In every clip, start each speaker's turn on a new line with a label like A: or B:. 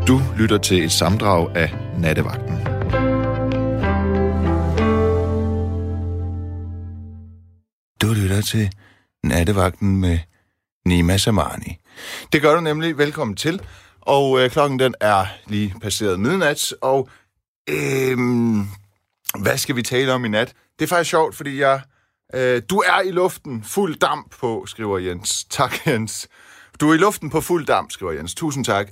A: Du lytter til et sammendrag af Nattevagten. Du lytter til Nattevagten med Nima Samani. Det gør du nemlig. Velkommen til. Og klokken den er lige passeret midnat. Og hvad skal vi tale om i nat? Det er faktisk sjovt, fordi du er i luften fuld damp på, skriver Jens. Tak, Jens. Du er i luften på fuld damp, skriver Jens. Tusind tak.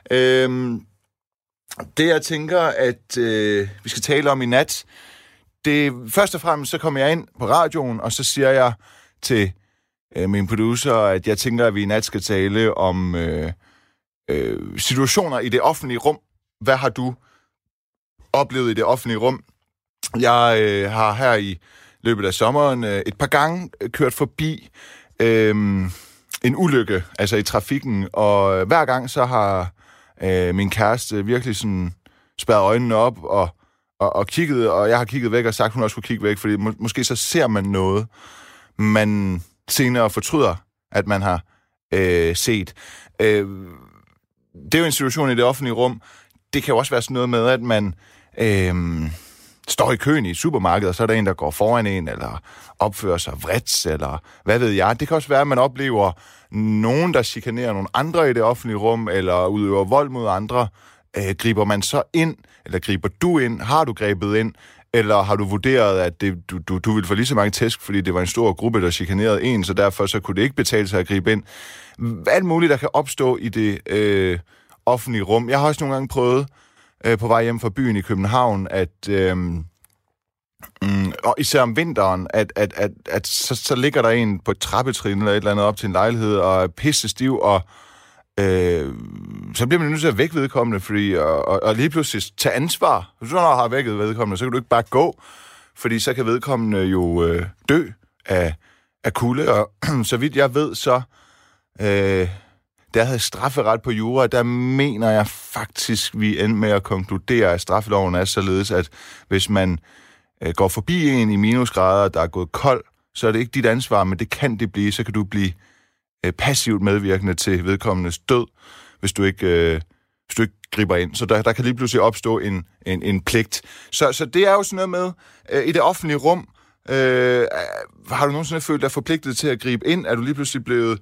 A: Det, jeg tænker, at vi skal tale om i nat, det først og fremmest, så kommer jeg ind på radioen, og så siger jeg til min producer, at jeg tænker, at vi i nat skal tale om situationer i det offentlige rum. Hvad har du oplevet i det offentlige rum? Jeg har her i løbet af sommeren et par gange kørt forbi en ulykke, altså i trafikken, og hver gang så har min kæreste virkelig sådan spærret øjnene op og kigget, og jeg har kigget væk og sagt, at hun også skulle kigge væk, fordi måske så ser man noget, man senere fortryder, at man har set. Det er jo en situation i det offentlige rum. Det kan jo også være sådan noget med, at man står i køen i et supermarked, og så er der en, der går foran en, eller opfører sig vredt, eller hvad ved jeg. Det kan også være, at man oplever nogen, der chikanerer nogle andre i det offentlige rum, eller udøver vold mod andre. Griber man så ind, eller griber du ind? Har du grebet ind? Eller har du vurderet, at du ville få lige så mange tæsk, fordi det var en stor gruppe, der chikanerede en, så derfor så kunne det ikke betale sig at gribe ind? Alt muligt, der kan opstå i det offentlige rum. Jeg har også nogle gange prøvet på vej hjem fra byen i København, at og især om vinteren, at så ligger der en på et trappetrin eller et eller andet op til en lejlighed, og er pisse stiv, og så bliver man nødt til at vække vedkommende, fordi, og lige pludselig tage ansvar. Hvis du har vækket vedkommende, så kan du ikke bare gå, fordi så kan vedkommende jo dø af kulde, og så vidt jeg ved, så der havde strafferet på jura, der mener jeg faktisk, vi endte med at konkludere, at straffeloven er således, at hvis man går forbi en i minusgrader, der er gået kold, så er det ikke dit ansvar, men det kan det blive, så kan du blive passivt medvirkende til vedkommendes død, hvis du ikke griber ind. Så der kan lige pludselig opstå en pligt. Så det er jo sådan noget med, i det offentlige rum, har du nogensinde følt dig forpligtet til at gribe ind? Er du lige pludselig blevet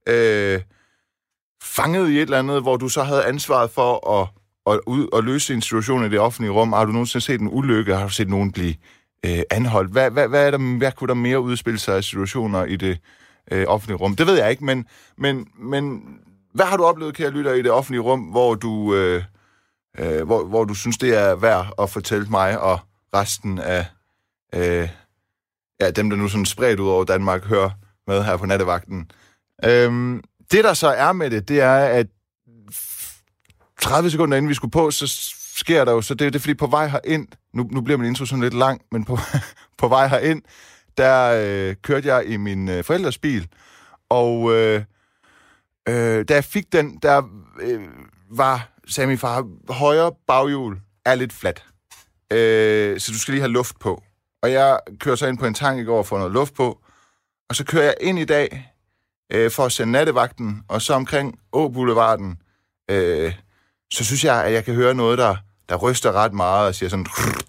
A: fanget i et eller andet, hvor du så havde ansvaret for at løse en situation i det offentlige rum? Har du nogensinde set en ulykke? Har du set nogen blive anholdt? Hvad kunne der mere udspille sig af situationer i det offentlige rum? Det ved jeg ikke, men hvad har du oplevet, kære lytter, i det offentlige rum, hvor du synes, det er værd at fortælle mig og resten af dem, der nu sådan spredt ud over Danmark, hører med her på Nattevagten? Det, der så er med det er, at 30 sekunder inden vi skulle på, så sker der jo, så det er fordi på vej herind, nu bliver min intro sådan lidt lang, men på vej herind, der kørte jeg i min forældres bil, og da jeg fik den, der sagde min far, højre baghjul er lidt fladt, så du skal lige have luft på. Og jeg kører så ind på en tank i går og får noget luft på, og så kører jeg ind i dag for at sende Nattevagten, og så omkring Åboulevarden, så synes jeg, at jeg kan høre noget, der ryster ret meget og siger sådan.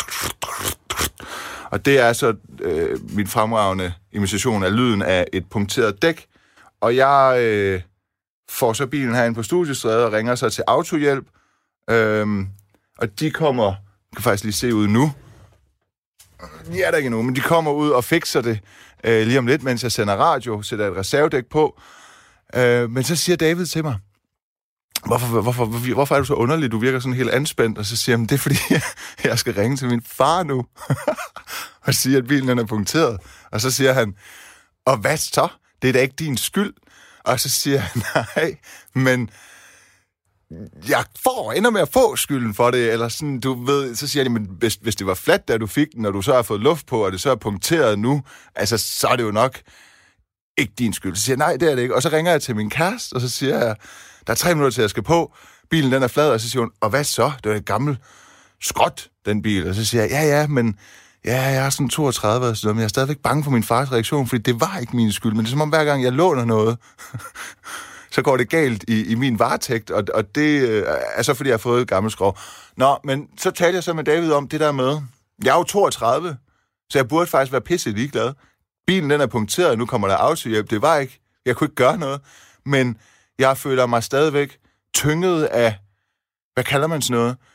A: Og det er så min fremragende imitation af lyden af et punkteret dæk. Og jeg får så bilen herinde på Studiestræde og ringer så til Autohjælp. Og de kommer, kan faktisk lige se ud nu. De er der ikke endnu, men de kommer ud og fikser det lige om lidt, mens jeg sender radio, sætter et reservedæk på. Men så siger David til mig, hvorfor er du så underlig? Du virker sådan helt anspændt. Og så siger han, det er fordi, jeg skal ringe til min far nu. Og siger, at bilen er punkteret. Og så siger han, og hvad så? Det er da ikke din skyld. Og så siger han, nej, men jeg ender med at få skylden for det, eller sådan, du ved, så siger de, men hvis det var fladt, da du fik den, og du så har fået luft på, og det så er punkteret nu, altså, så er det jo nok ikke din skyld. Så siger jeg, nej, det er det ikke. Og så ringer jeg til min kæreste, og så siger jeg, der er 3 minutter til, at jeg skal på, bilen den er flad, og så siger hun, og hvad så? Det er et gammelt skrot, den bil. Og så siger jeg, men jeg er sådan 32 og sådan noget, men jeg er stadigvæk bange for min fars reaktion, fordi det var ikke min skyld, men det er som om hver gang jeg låner noget, så går det galt i min varetægt, og det er så, fordi jeg har fået gammel skrov. Nå, men så talte jeg så med David om det der med, jeg er jo 32, så jeg burde faktisk være pisse ligeglad. Bilen, den er punkteret, nu kommer der autohjælp. Det var ikke, jeg kunne ikke gøre noget, men jeg føler mig stadigvæk tynget af, hvad kalder man sådan noget?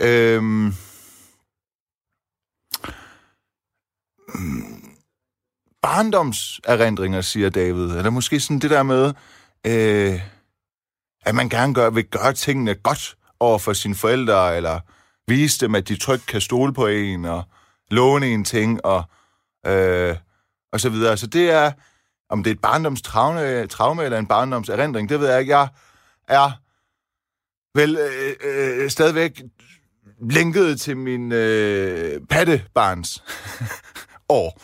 A: Barndomserindringer, siger David. Eller måske sådan det der med, at man gerne vil gøre tingene godt over for sine forældre, eller vise dem, at de trygt kan stole på en, og låne en ting, og så videre. Så det er, om det er et barndomstraume eller en barndomserindring, det ved jeg ikke. Jeg er vel stadigvæk lænket til min pattebarns år.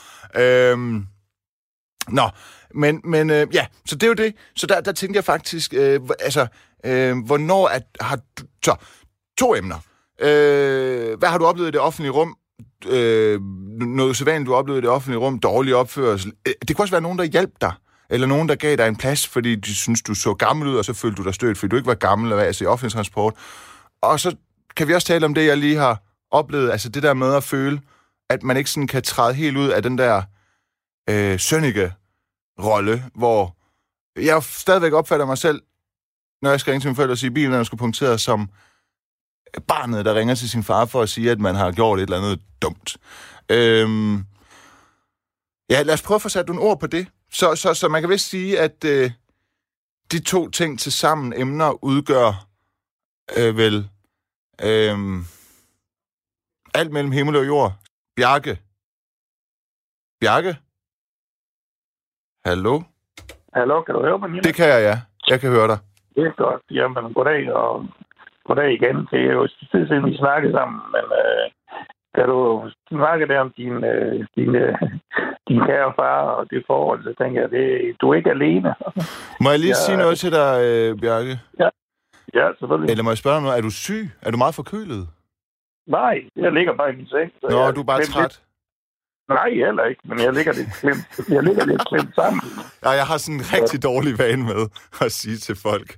A: Men ja, så det er jo det. Så der tænkte jeg faktisk, hvornår har du... Så, 2 emner. Hvad har du oplevet i det offentlige rum? Noget sædvanligt, du har oplevet i det offentlige rum, dårlig opførsel. Det kunne også være nogen, der hjalp dig, eller nogen, der gav dig en plads, fordi de synes du så gammel ud, og så følte du dig stødt, fordi du ikke var gammel, altså i offentlig transport. Og så kan vi også tale om det, jeg lige har oplevet, altså det der med at føle, at man ikke sådan kan træde helt ud af den der sønnige rolle, hvor jeg stadigvæk opfatter mig selv, når jeg skal ringe til mine forældre og sige, at bilen er skulle punkteret, som barnet, der ringer til sin far for at sige, at man har gjort et eller andet dumt. Ja, lad os prøve at få sat nogle ord på det. Så man kan vist sige, at de 2 ting til sammen emner udgør vel alt mellem himmel og jord. Bjarke? Hallo?
B: Hallo, kan du høre mig?
A: Det kan jeg, ja. Jeg kan høre dig.
B: Det er godt. Jamen, goddag, og goddag igen. Det er jo tid siden, vi snakkede sammen, men kan du snakke der om din kære far og det forhold, så tænker jeg, du er ikke alene.
A: Må jeg lige sige noget til dig, Bjarke?
B: Ja, selvfølgelig.
A: Eller må jeg spørge om noget? Er du syg? Er du meget forkølet?
B: Nej, jeg ligger bare i min seng.
A: Nå, du er bare træt?
B: Lidt. Nej, heller ikke, men jeg ligger lidt klemt sammen.
A: Ja, jeg har sådan en rigtig dårlig vane med at sige til folk.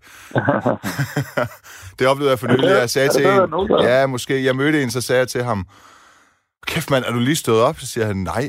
A: Det oplevede jeg for nylig. Jeg sagde til en... Ja, måske. Jeg mødte en, så sagde jeg til ham, kæft mand, er du lige stået op? Så siger han, nej.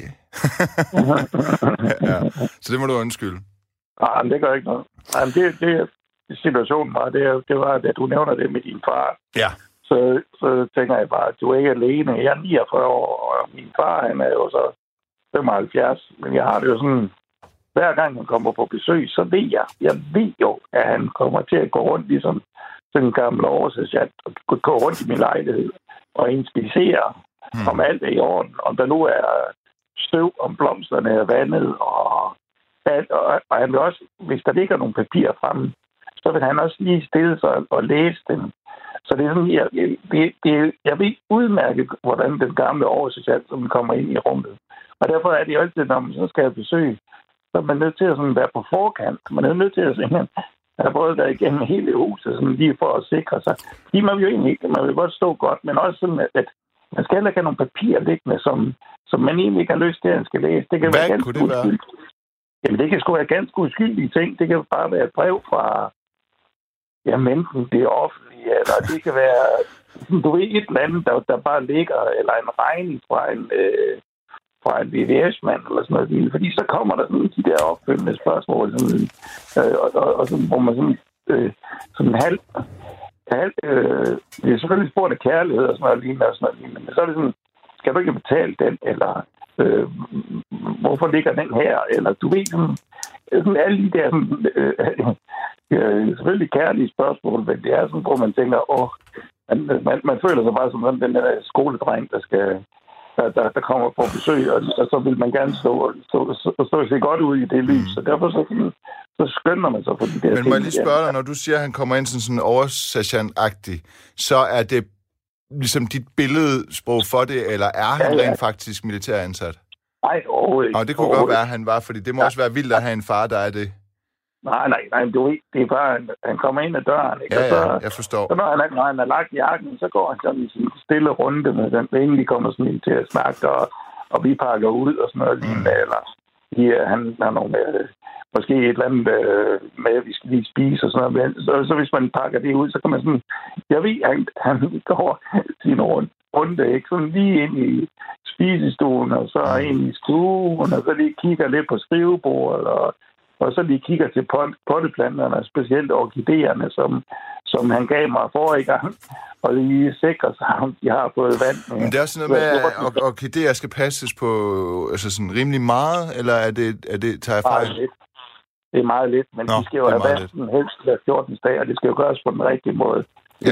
A: Ja, så det må du undskylde.
B: Nej, det gør ikke noget. Nej, det situationen var, det var, at du nævner det med din far.
A: Ja.
B: Så tænker jeg bare, at du er ikke alene. Jeg er 49 år, og min far, han er jo så 75. Men jeg har det jo sådan, hver gang han kommer på besøg, så ved jeg ved jo, at han kommer til at gå rundt ligesom sådan en gammel oversætsjat, og gå rundt i min lejlighed og inspicere, om alt er i orden. Om der nu er støv, om blomsterne er vandet, og han vil også, hvis der ligger nogle papirer fremme, så vil han også lige stille sig og læse dem. Så det er sådan, jeg ved udmærket, hvordan den gamle oversætsjat, som kommer ind i rummet. Og derfor er det jo altid, når man så skal have besøg, så er man nødt til at sådan være på forkant. Man er nødt til at have prøvet der igennem hele huset, sådan lige for at sikre sig. De man vil jo egentlig ikke, man vil godt stå godt, men også sådan, at man skal heller ikke have nogle papirer liggende, som man egentlig ikke har lyst til, at man skal læse. Det kan
A: Hvad kunne det være?
B: Jamen, det kan sgu være ganske uskyldige ting. Det kan bare være et brev fra, enten det offentlige, eller det kan være, du ved, et eller andet, der bare ligger, eller en regning fra en VVS-mand, eller sådan noget. Fordi så kommer der sådan de der opfølgende spørgsmål, sådan, og sådan, hvor man sådan halvt, det er selvfølgelig spurgt af kærlighed og sådan noget lignende, men så er det sådan, skal du ikke betale den, eller hvorfor ligger den her, eller du ved, sådan alle de der selvfølgelig kærlige spørgsmål, men det er sådan, hvor man tænker, man føler sig bare som sådan den der skoledreng, der kommer på besøg, og så vil man gerne stå og se godt ud i det lys, så derfor så skynder man sig for de der ting.
A: Men må jeg lige spørge dig, når du siger, at han kommer ind sådan oversergeant-agtig, så er det ligesom dit billedsprog for det, eller er han rent faktisk militæransat?
B: Nej, overhovedet ikke.
A: Og det kunne godt være, at han var, fordi det må også være vildt at have en far, der er det.
B: Nej, du ved, det er bare, han kommer ind ad døren, ikke?
A: Ja, jeg forstår.
B: Så når han har lagt jakken, så går han sådan i sin stille runde med den, inden de kommer sådan ind til at snakke, og vi pakker ud og sådan noget lignende, eller han har nogle måske et eller andet med, at vi skal lige spise og sådan noget. Så hvis man pakker det ud, så kan man sådan... Jeg ved, han går sin runde, ikke? Sådan lige ind i spisestuen, og så ind i stuen, og så lige kigger lidt på skrivebordet, og så lige kigger til potteplanterne, specielt orkideerne, som han gav mig forrige gang, og lige sikrer sig, at de har fået vand.
A: Men det er også noget med, at orkideer skal passes på altså sådan rimelig meget, eller er det tager jeg fejl?
B: Det er meget lidt, men de skal jo have vand helst hver 14 dage, og det skal jo gøres på den rigtige måde.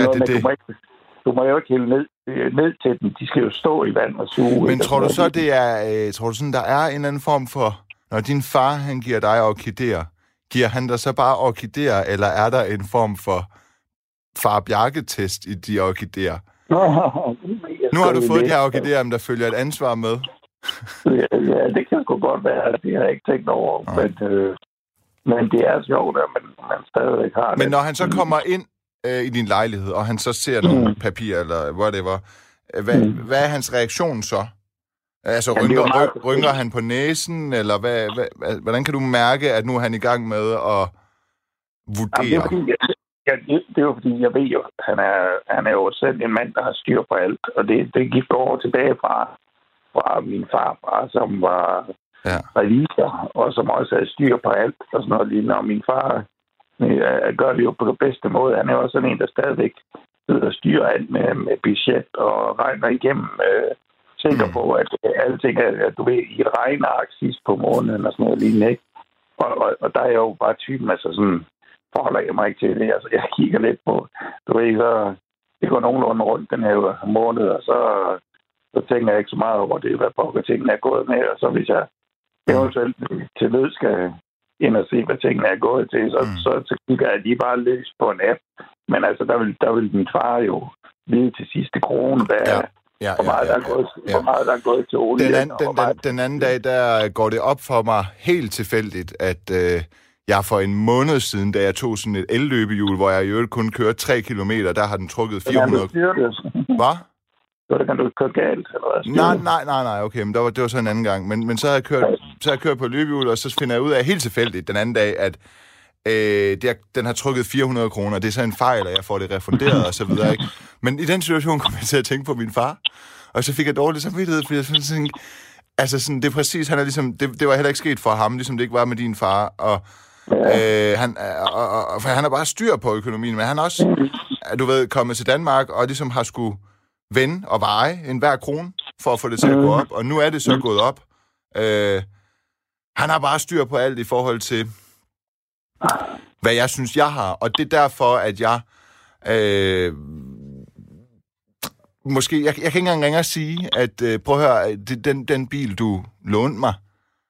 B: Du må jo ikke hælde ned til dem. De skal jo stå i vand og suge.
A: Men tror du så, det er... Tror du sådan, der er en eller anden form for... Når din far, han giver dig orkideer, giver han dig så bare orkideer, eller er der en form for far Bjarke-test i de orkideer? Nu har du fået de her orkideer, men der følger et ansvar med.
B: Ja, det kan sgu godt være. Det har jeg ikke tænkt over. Men det er sjovt, at man stadigvæk har det.
A: Men når han så kommer ind i din lejlighed, og han så ser nogle papirer, eller whatever, hvad er hans reaktion så? Altså, rynker han på næsen, eller hvordan kan du mærke, at nu er han i gang med at vurdere?
B: Det er jo fordi, jeg ved jo, han er jo selv en mand, der har styr på alt, og det gik over tilbage fra min farfar, som var revisor, og som også havde styr på alt, og sådan noget lignende. Og min far gør det jo på den bedste måde. Han er jo også sådan en, der stadigvæk sidder og styrer alt med budget og regner igennem, tænker på, at alting er, du ved, i et regneark sidst på måneden og sådan noget lignende, ikke? Og der er jeg jo bare typen, altså sådan, forholder jeg mig ikke til det. Altså, jeg kigger lidt på, du ved, så det går nogenlunde rundt den her måned, og så tænker jeg ikke så meget over det, hvad pokker tingene er gået med, og så hvis jeg eventuelt til nød skal ind og se, hvad tingene er gået til, så kigger jeg lige bare løs på en app. Men altså, der vil min far jo vide til sidste krone, hvor meget der er gået til olie.
A: Den anden dag, der går det op for mig helt tilfældigt, at jeg for en måned siden, da jeg tog sådan et elløbehjul, hvor jeg i øvrigt kun kørte 3 kilometer, der har den trukket 400... Hvad?
B: Så kan du køre galt, eller hvad?
A: Nej, okay, men det var så en anden gang. Men så har jeg kørt på løbehjul, og så finder jeg ud af helt tilfældigt den anden dag, at den har trykket 400 kroner. Det er så en fejl, og jeg får det refunderet og så videre, ikke? Men i den situation kom jeg til at tænke på min far, og så fik jeg dårlig samvittighed, fordi jeg tænkte, altså sådan, det er præcis, han er ligesom, det var heller ikke sket for ham, ligesom det ikke var med din far, og for han har bare styr på økonomien, men han er også, du ved, kommet til Danmark, og ligesom har skulle vende og veje enhver krone, for at få det til at gå op, og nu er det så gået op. Han har bare styr på alt i forhold til, hvad jeg synes, jeg har, og det er derfor, at jeg måske, jeg kan ikke engang ringe og sige, at prøv at høre, den bil, du lånte mig,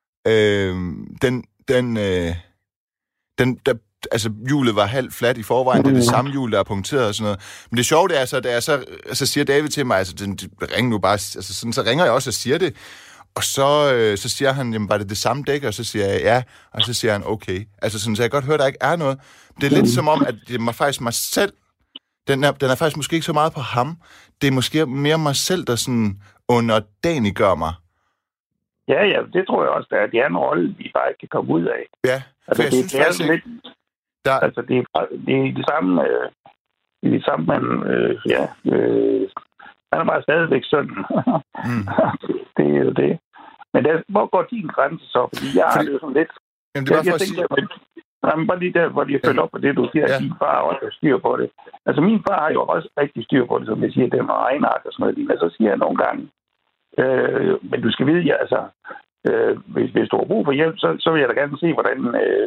A: altså, hjulet var halvt fladt i forvejen, det er det samme hjul, der er punkteret og sådan noget. Men det sjove, det er så, da jeg så siger David til mig, altså, ring nu bare, altså, sådan, så ringer jeg også og siger det, og så siger han, jamen, var det samme dæk? Og så siger jeg, ja, og så siger han, okay. Altså, sådan, så jeg kan godt høre, der ikke er noget. Det er lidt som om, at det er faktisk mig selv, den er faktisk måske ikke så meget på ham, det er måske mere mig selv, der sådan underdanigør mig.
B: Ja, det tror jeg også, at det er en rolle, vi bare ikke kan komme ud af.
A: Ja, for jeg synes faktisk ikke...
B: Altså, det er det samme... man er bare stadigvæk sådan. Det er jo det. Men hvor går din grænse så? Fordi jeg har det jo sådan lidt...
A: Jamen, det var for at sige...
B: bare lige der, hvor de følger op på det, du siger, at din far også har styr på det. Altså, min far har jo også rigtig styr på det, som jeg siger, det med regnark og sådan noget. Men så siger jeg nogle gange, men du skal vide, ja, altså, hvis du har brug for hjælp, så vil jeg da gerne se, hvordan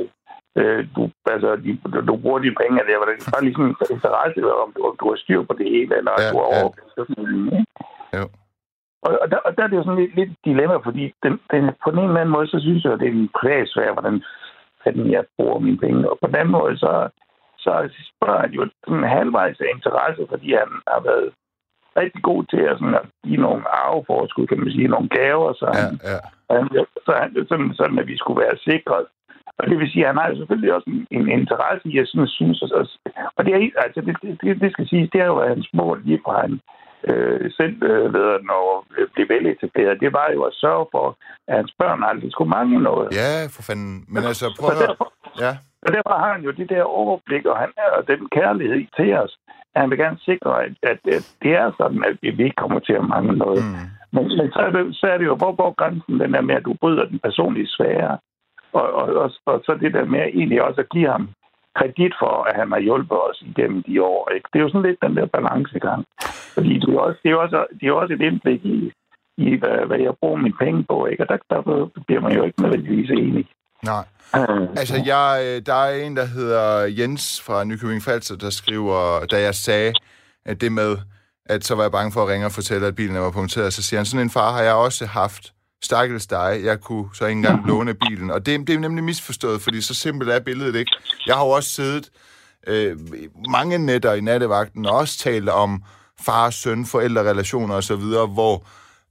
B: du bruger dine penge, eller hvordan det er ligesom interesse, om du har styr på det hele, eller du har overblik.
A: Jo.
B: Og der er det jo sådan lidt dilemma, fordi på den ene eller anden måde, så synes jeg, at det er en privatsfære, hvordan jeg bruger mine penge. Og på den anden måde, så spørger han jo sådan halvvejs af interesse, fordi han har været rigtig god til at give nogle arveforskud, kan man sige, nogle gaver, så han sådan, at vi skulle være sikret. Og det vil sige, at han har selvfølgelig også en interesse i at sådan synes. Og det er altså, det skal siges, det har jo været hans mål lige fra blive veletableret, det var jo at sørge for, at hans børn aldrig skulle mangle noget.
A: Ja, for fanden. Men altså, prøv at høre. Ja.
B: Og derfor har han jo det der overblik, og den kærlighed til os. Han vil gerne sikre, at det er sådan, at vi ikke kommer til at mangle noget. Men så er det jo, hvor grænsen den er med, at du bryder den personlige sfære. Og så det der med egentlig også at give ham kredit for, at han har hjulpet os igennem de år. Ikke? Det er jo sådan lidt den der balancegang. Fordi det er jo også et indblik i hvad jeg bruger mine penge på. Ikke? Og der bliver man jo ikke nødvendigvis enig.
A: Nej. Altså, der er en, der hedder Jens fra Nykøbing Falster, der skriver, da jeg sagde, at det med, at så var jeg bange for at ringe og fortælle, at bilen var punkteret, så siger han, sådan en far har jeg også haft. Stakkels dig, jeg kunne så ikke engang låne bilen. Og det er nemlig misforstået, fordi så simpelt er billedet ikke. Jeg har jo også siddet mange nætter i nattevagten og også talt om far, søn, forældrerelationer og så videre, hvor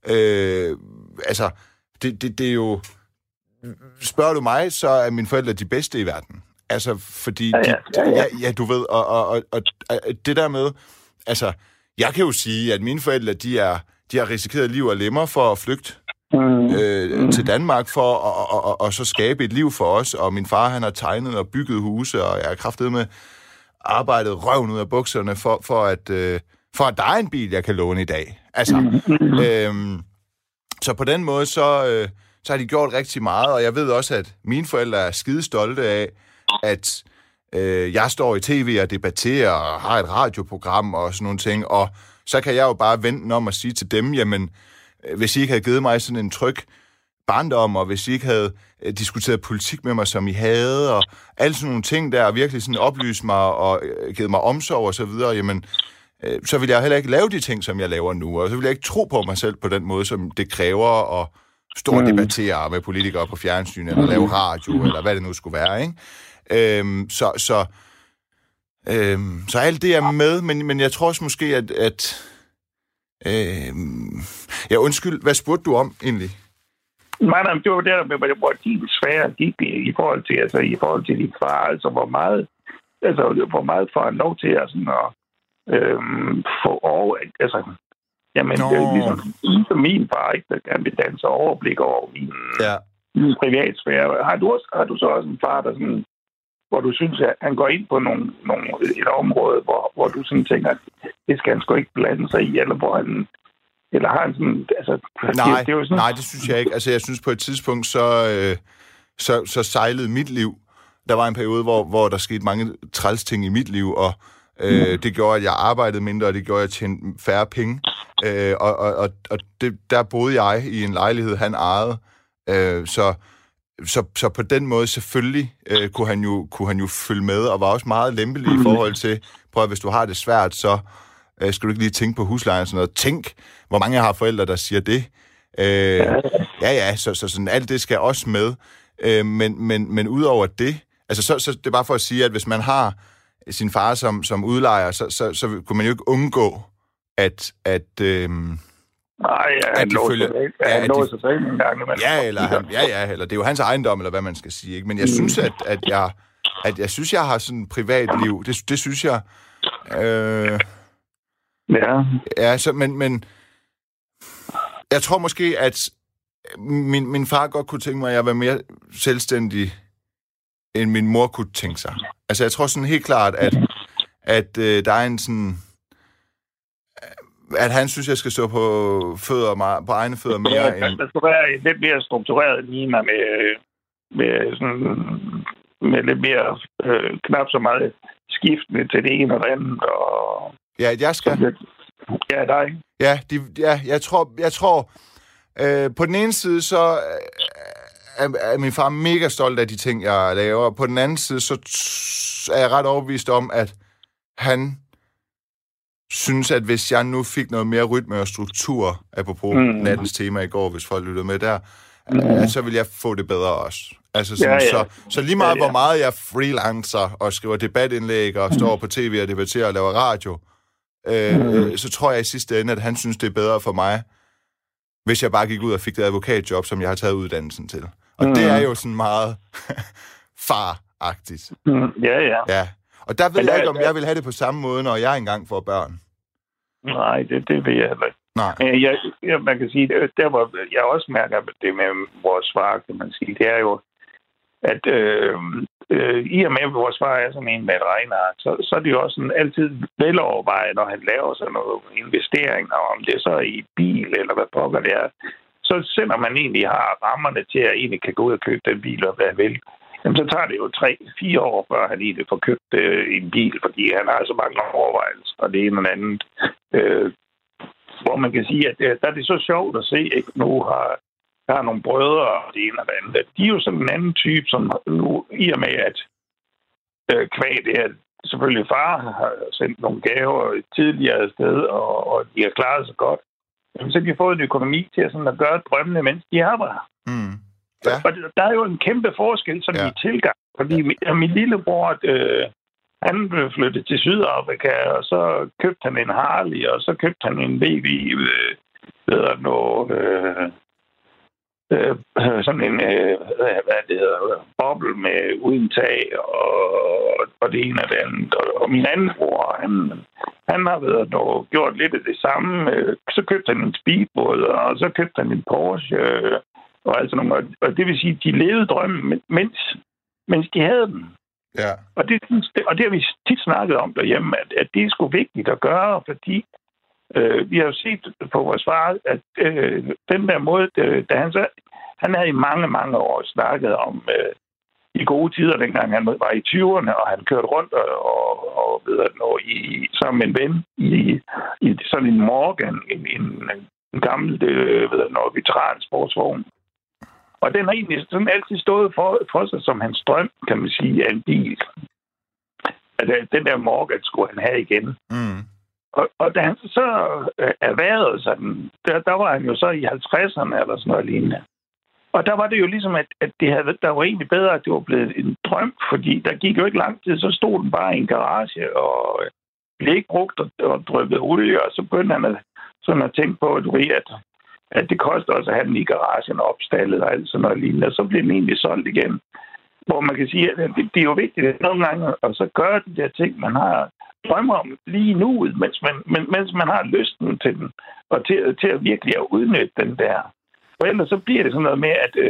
A: det er jo... Spørger du mig, så er mine forældre de bedste i verden. Altså, fordi... Ja, du ved, og det der med... Altså, jeg kan jo sige, at mine forældre, de har risikeret liv og lemmer for at flygte til Danmark for og så skabe et liv for os. Og min far, han har tegnet og bygget huse, og jeg har kraftedeme arbejdet røven ud af bukserne for at der er en bil, jeg kan låne i dag. Altså, så på den måde, så har de gjort rigtig meget, og jeg ved også, at mine forældre er skide stolte af, at jeg står i tv og debatterer og har et radioprogram og sådan nogle ting, og så kan jeg jo bare vente om at sige til dem, jamen, hvis I ikke havde givet mig sådan en tryg barndom, og hvis I ikke havde diskuteret politik med mig, som I havde, og alle sådan nogle ting der, og virkelig sådan oplyst mig og givet mig omsorg og så videre, jamen, så ville jeg heller ikke lave de ting, som jeg laver nu, og så ville jeg ikke tro på mig selv på den måde, som det kræver at stå og debattere med politikere på fjernsyn, eller lave radio, eller hvad det nu skulle være, ikke? Så alt det er med, men jeg tror også måske, at ja, undskyld, hvad spurgte du om egentlig?
B: Nej, det var der med, hvor din sfære gik i forhold til din far, altså hvor meget får han lov til at sådan få over, altså, jamen, det er ligesom min far, ikke, der kan danne sig overblik over min privatsfære. Har du så også en far, der sådan, hvor du synes, at han går ind på et område, hvor du sådan tænker, at det skal han sgu ikke blande sig i, eller hvor han... Eller har han sådan... Altså,
A: nej, det synes jeg ikke. Altså, jeg synes på et tidspunkt, så sejlede mit liv. Der var en periode, hvor der skete mange træls ting i mit liv, og det gjorde, at jeg arbejdede mindre, og det gjorde, at jeg tjente færre penge. Og der boede jeg i en lejlighed, han ejede. Så på den måde selvfølgelig kunne han jo følge med, og var også meget lempelig i forhold til, prøv at hvis du har det svært, så skal du ikke lige tænke på huslejen og sådan noget. Tænk, hvor mange jeg har forældre, der siger det. Så sådan alt det skal også med. Men udover det, altså så det er bare for at sige, at hvis man har sin far som udlejer, så kunne man jo ikke undgå, at
B: nej, han låser sig en gang imellem.
A: Eller det er jo hans ejendom, eller hvad man skal sige, ikke? Men jeg synes, at jeg har sådan et privatliv. Det synes jeg... Ja, så, men jeg tror måske, at min far godt kunne tænke mig, at jeg var mere selvstændig, end min mor kunne tænke sig. Altså, jeg tror sådan helt klart, at der er en sådan... At han synes, jeg skal stå på egne fødder mere end...
B: Der skal være lidt mere struktureret klima med lidt mere knap så meget skiftende til det ene og det andet. Og
A: ja, jeg skal...
B: Ja, dig.
A: Ja, jeg tror på den ene side, så er min far mega stolt af de ting, jeg laver. På den anden side, så er jeg ret overbevist om, at han synes, at hvis jeg nu fik noget mere rytme og struktur, apropos nattens tema i går, hvis folk lyttede med der, så vil jeg få det bedre også. Altså sådan, så lige meget, hvor meget jeg freelancer og skriver debatindlæg og står på tv og debatterer og laver radio, så tror jeg i sidste ende, at han synes, det er bedre for mig, hvis jeg bare gik ud og fik det advokatjob, som jeg har taget uddannelsen til. Og det er jo sådan meget far-agtigt.
B: Ja.
A: Og der ved jeg ikke, om jeg vil have det på samme måde, når jeg engang får børn.
B: Nej, det vil jeg heller ikke.
A: Nej.
B: Man kan sige, der hvor jeg også mærker det med vores far, kan man sige, det er jo, at i og med, at vores far er sådan en med et regneark, så er det jo også sådan altid velovervejet, når han laver sådan nogle investeringer, om det så er i bil eller hvad pokker det er. Så selvom man egentlig har rammerne til at egentlig kan gå ud og købe den bil og hvad vil, jamen, så tager det jo 3-4 år, før han egentlig får købt en bil, fordi han har så mange overvejelser, og det ene og andet. Hvor man kan sige, at der er det så sjovt at se, ikke? Nu har nogle brødre og det ene og det andet. De er jo sådan en anden type, som nu i og med, at kvæg det er selvfølgelig far har sendt nogle gaver tidligere afsted, og de har klaret sig godt. Jamen, så har de fået en økonomi til at gøre drømmene, mens de arbejder.
A: Mm. Ja.
B: Og der er jo en kæmpe forskel sådan i tilgang. Fordi min lillebror, han blev flyttet til Sydafrika, og så købte han en Harley, og så købte han en VW, sådan en, hvad det hedder, boble med uden tag, og det ene og det andet. Og min anden bror, han har gjort lidt af det samme. Så købte han en speedbåd, og så købte han en Porsche, og altså nogle, og det vil sige, at de levede drømmen, mens de havde den.
A: Ja.
B: Og det har vi tit snakket om derhjemme, at det er sgu vigtigt at gøre, fordi vi har jo set på vores far, at den der måde, da han havde i mange, mange år snakket om i gode tider, dengang han var i 20'erne, og han kørte rundt og sammen med en ven i sådan en Morgan, en gammel veteransportsvogn. Og den har egentlig sådan altid stået for sig som hans drøm, kan man sige, af en bil. At den der Morgan skulle han have igen.
A: Mm.
B: Og da han så erhvervede sig den, der var han jo så i 50'erne eller sådan noget lignende. Og der var det jo ligesom, at der var egentlig bedre, at det var blevet en drøm, fordi der gik jo ikke lang tid, så stod den bare i en garage og blev ikke brugt og dryppet olie, og så begyndte han at tænke på, at det koster også at have den i garagen opstallet og alt sådan noget lignende, og så blev den egentlig solgt igen. Hvor man kan sige, at det er jo vigtigt at nogle gange at så gøre de der ting, man har drømmer om lige nu, mens man har lysten til den, og til at virkelig at udnytte den der. For ellers så bliver det sådan noget med, at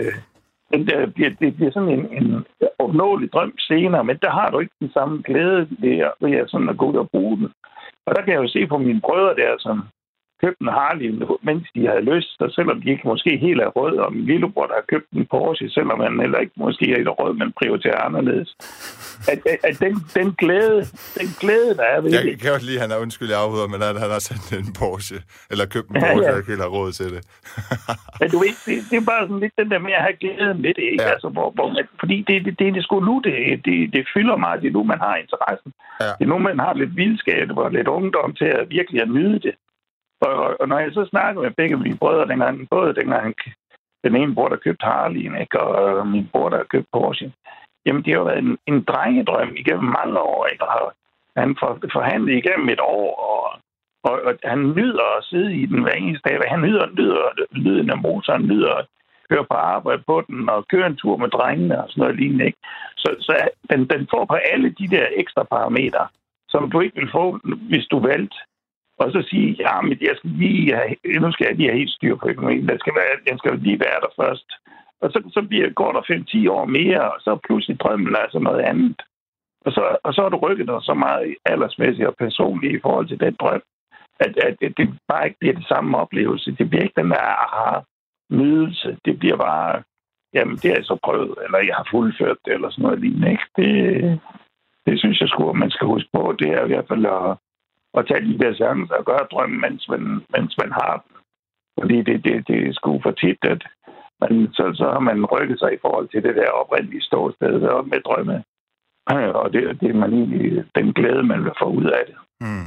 B: det bliver sådan en opnåelig drøm senere, men der har du ikke den samme glæde ved at sådan at gå ud og bruge den. Og der kan jeg jo se på mine brødre der, som købte en Harley, mens de havde lyst, og selvom de ikke måske helt er rød, og min lillebror, der har købt en Porsche, selvom han heller ikke måske er rød, men prioriterer anderledes. At den glæde, der er ved det.
A: Jeg kan også lide, at han er undskyld, jeg afhører, men at han har sendt en Porsche, eller købt en Porsche, og ikke helt har råd til det.
B: Men du ved, det er bare sådan lidt den der med at have glæden ved det, ikke? Ja. Altså, fordi det er sgu nu, det fylder meget, det er nu, man har interessen. Ja. Det er nu, man har lidt vildskab og lidt ungdom til at virkelig at nyde det. Og når jeg så snakker med begge mine brødre dengang, både dengang den ene bror, der købte Harley, ikke, og min bror, der købte Porsche, jamen det har jo været en drengedrøm igennem mange år, ikke? Og han forhandlede igennem et år, og han nyder at sidde i den hver eneste dag. Han nyder lyden af motoren, nyder at køre på arbejde på den, og køre en tur med drengene og sådan noget lignende, ikke? Så den får på alle de der ekstra parametre, som du ikke vil få, hvis du valgte. Og så sige, ja, men jeg skal nu skal jeg lige have helt styr på økonomien. Den skal lige være der først. Og så går der 5-10 år mere, og så pludselig drømmen altså noget andet. Og så har du rykket dig så meget aldersmæssigt og personligt i forhold til den drøm, at det bare ikke bliver det samme oplevelse. Det bliver ikke den der nydelse. Det bliver bare, jamen det har jeg så prøvet, eller jeg har fuldført det, eller sådan noget lignende. Det synes jeg sgu, man skal huske på. Det er i hvert fald at tage de der chancer og gøre drømmen, mens man har den. Fordi det er sgu for tit, at så har man rykket sig i forhold til det der oprindelige ståsted med drømme. Og det er man egentlig den glæde, man vil få ud af det. Mm.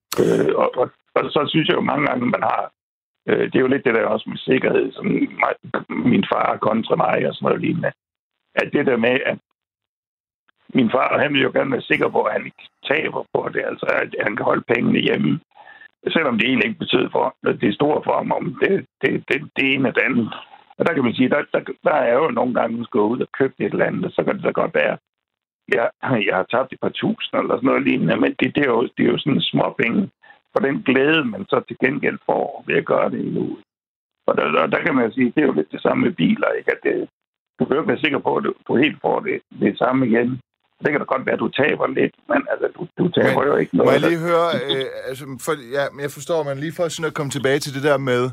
B: Og så synes jeg jo mange gange, man har... det er jo lidt det der også med sikkerhed, som min far kontra mig og sådan noget lignende. At det der med, at min far, han vil jo gerne være sikker på, at han ikke taber på det, altså at han kan holde pengene hjemme. Selvom det egentlig ikke betyder for, at det er stort for ham, om det ene og det andet. Og der kan man sige, der er jo nogle gange, man skal ud og købe et eller andet, så kan det da godt være, jeg har tabt et par tusind eller sådan noget lignende, men det er jo sådan små penge for den glæde, man så til gengæld får ved at gøre det endnu. Og der kan man sige, det er jo lidt det samme med biler, ikke? At du kan jo ikke være sikker på, at du helt får det samme igen. Det kan da godt være, at du taber lidt, men altså, du taber jo ikke noget.
A: Må jeg lige høre, jeg forstår, men lige for sådan at komme tilbage til det der med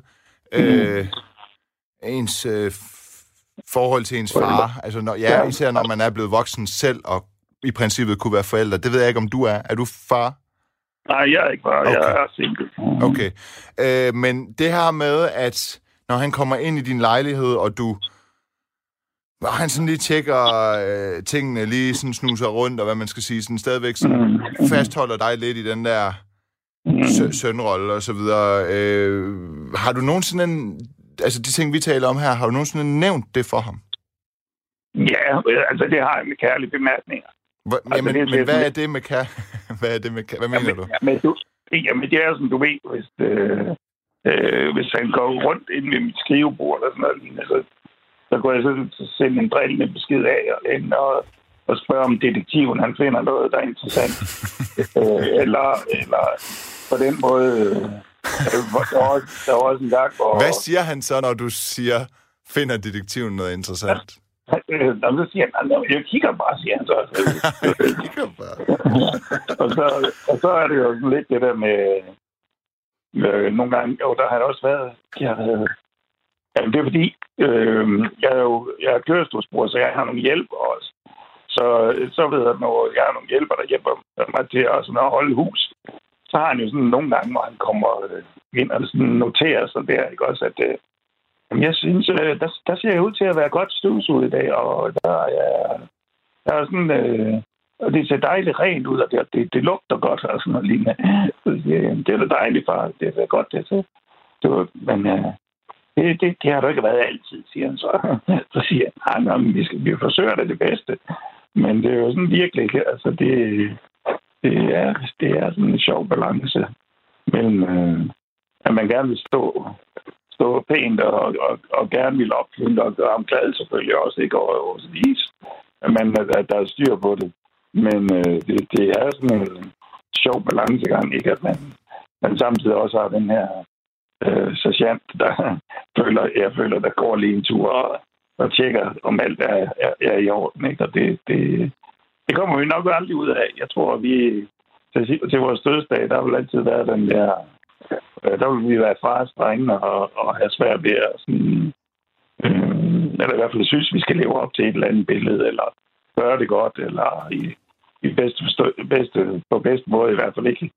A: ens forhold til ens far, altså især når man er blevet voksen selv, og i princippet kunne være forældre. Det ved jeg ikke, om du er. Er du far?
B: Nej, jeg er ikke far. Okay. Jeg er single.
A: Okay. Men det her med, at når han kommer ind i din lejlighed, og han sådan lige tjekker tingene, lige sådan snuser rundt, og hvad man skal sige, sådan stadigvæk sådan fastholder dig lidt i den der sønrolle og så videre. Har du nogensinde altså de ting, vi taler om her, har du nogensinde nævnt det for ham?
B: Ja, altså det har jeg med kærlige bemærkninger.
A: Men hvad er det med hvad mener du?
B: Jamen, det er sådan, du ved, hvis han går rundt ind ved mit skrivebord eller sådan noget, så går jeg så sende en drillende besked af og spørge om detektiven, han finder noget, der er interessant. eller på den måde, der var også en gang, hvor...
A: Hvad siger han så, når du siger, finder detektiven noget interessant?
B: Så siger han, jeg kigger bare, siger han så. og så er det jo sådan lidt det der med nogle gange, der har også været, det er fordi, jeg er kørestolsbruger, så jeg har nogle hjælp også. Så ved jeg, når jeg har nogle hjælper, der hjælper mig til at holde hus, så har han jo sådan nogle gange, hvor han kommer ind og sådan noterer sig der, ikke også, at jeg synes, der ser jeg ud til at være godt støvsuget i dag, og der er sådan, og det ser dejligt rent ud, og det lugter godt, og sådan noget lignende. Det er da dejligt, far. Det er godt, det er men det har du ikke været altid, siger han så. Så siger han, vi forsøger det bedste. Men det er jo sådan virkelig, altså det er sådan en sjov balance mellem, at man gerne vil stå pænt og gerne vil opfylde og gøre ham glad selvfølgelig også, ikke over vis, at der er styr på det. Men det er sådan en sjov balancegang, ikke? At man samtidig også har den her sergeant, jeg føler, der går lige en tur og tjekker, om alt er i orden, ikke? Og det kommer vi nok aldrig ud af. Jeg tror, vi til vores dødsdag, der vil altid være den der vil vi være farestrængende og have svært ved at sådan, eller i hvert fald synes, vi skal leve op til et eller andet billede, eller gøre det godt, eller i på bedste måde i hvert fald ikke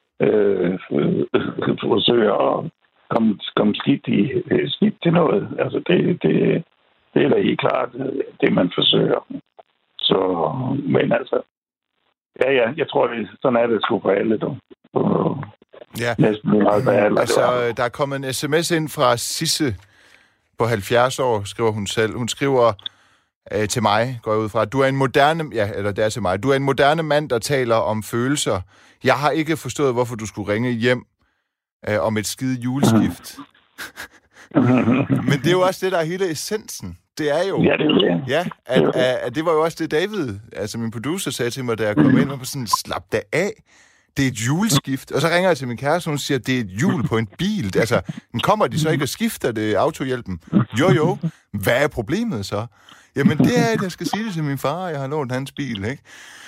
B: forsøge at komme skidt til noget. Altså det er da helt klart det, man forsøger. Så, men altså, jeg tror, sådan er det sgu for alle, dog.
A: Ja, altså der er kommet en sms ind fra Sisse på 70 år, skriver hun selv. Hun skriver til mig, går jeg ud fra, du er en moderne mand, der taler om følelser. Jeg har ikke forstået, hvorfor du skulle ringe hjem om et skide juleskift. Men det er jo også det, der er hele essensen. Det er jo...
B: Ja, det er det.
A: Ja, at det var jo også det, David, altså min producer, sagde til mig, da jeg kom ind, og på sådan, slap da af. Det er et juleskift. Og så ringer jeg til min kæreste, og hun siger, at det er et hjul på en bil. Altså, kommer de så ikke og skifter det autohjælpen? Jo. Hvad er problemet så? Jamen, det er, at jeg skal sige det til min far, jeg har lånt hans bil, ikke?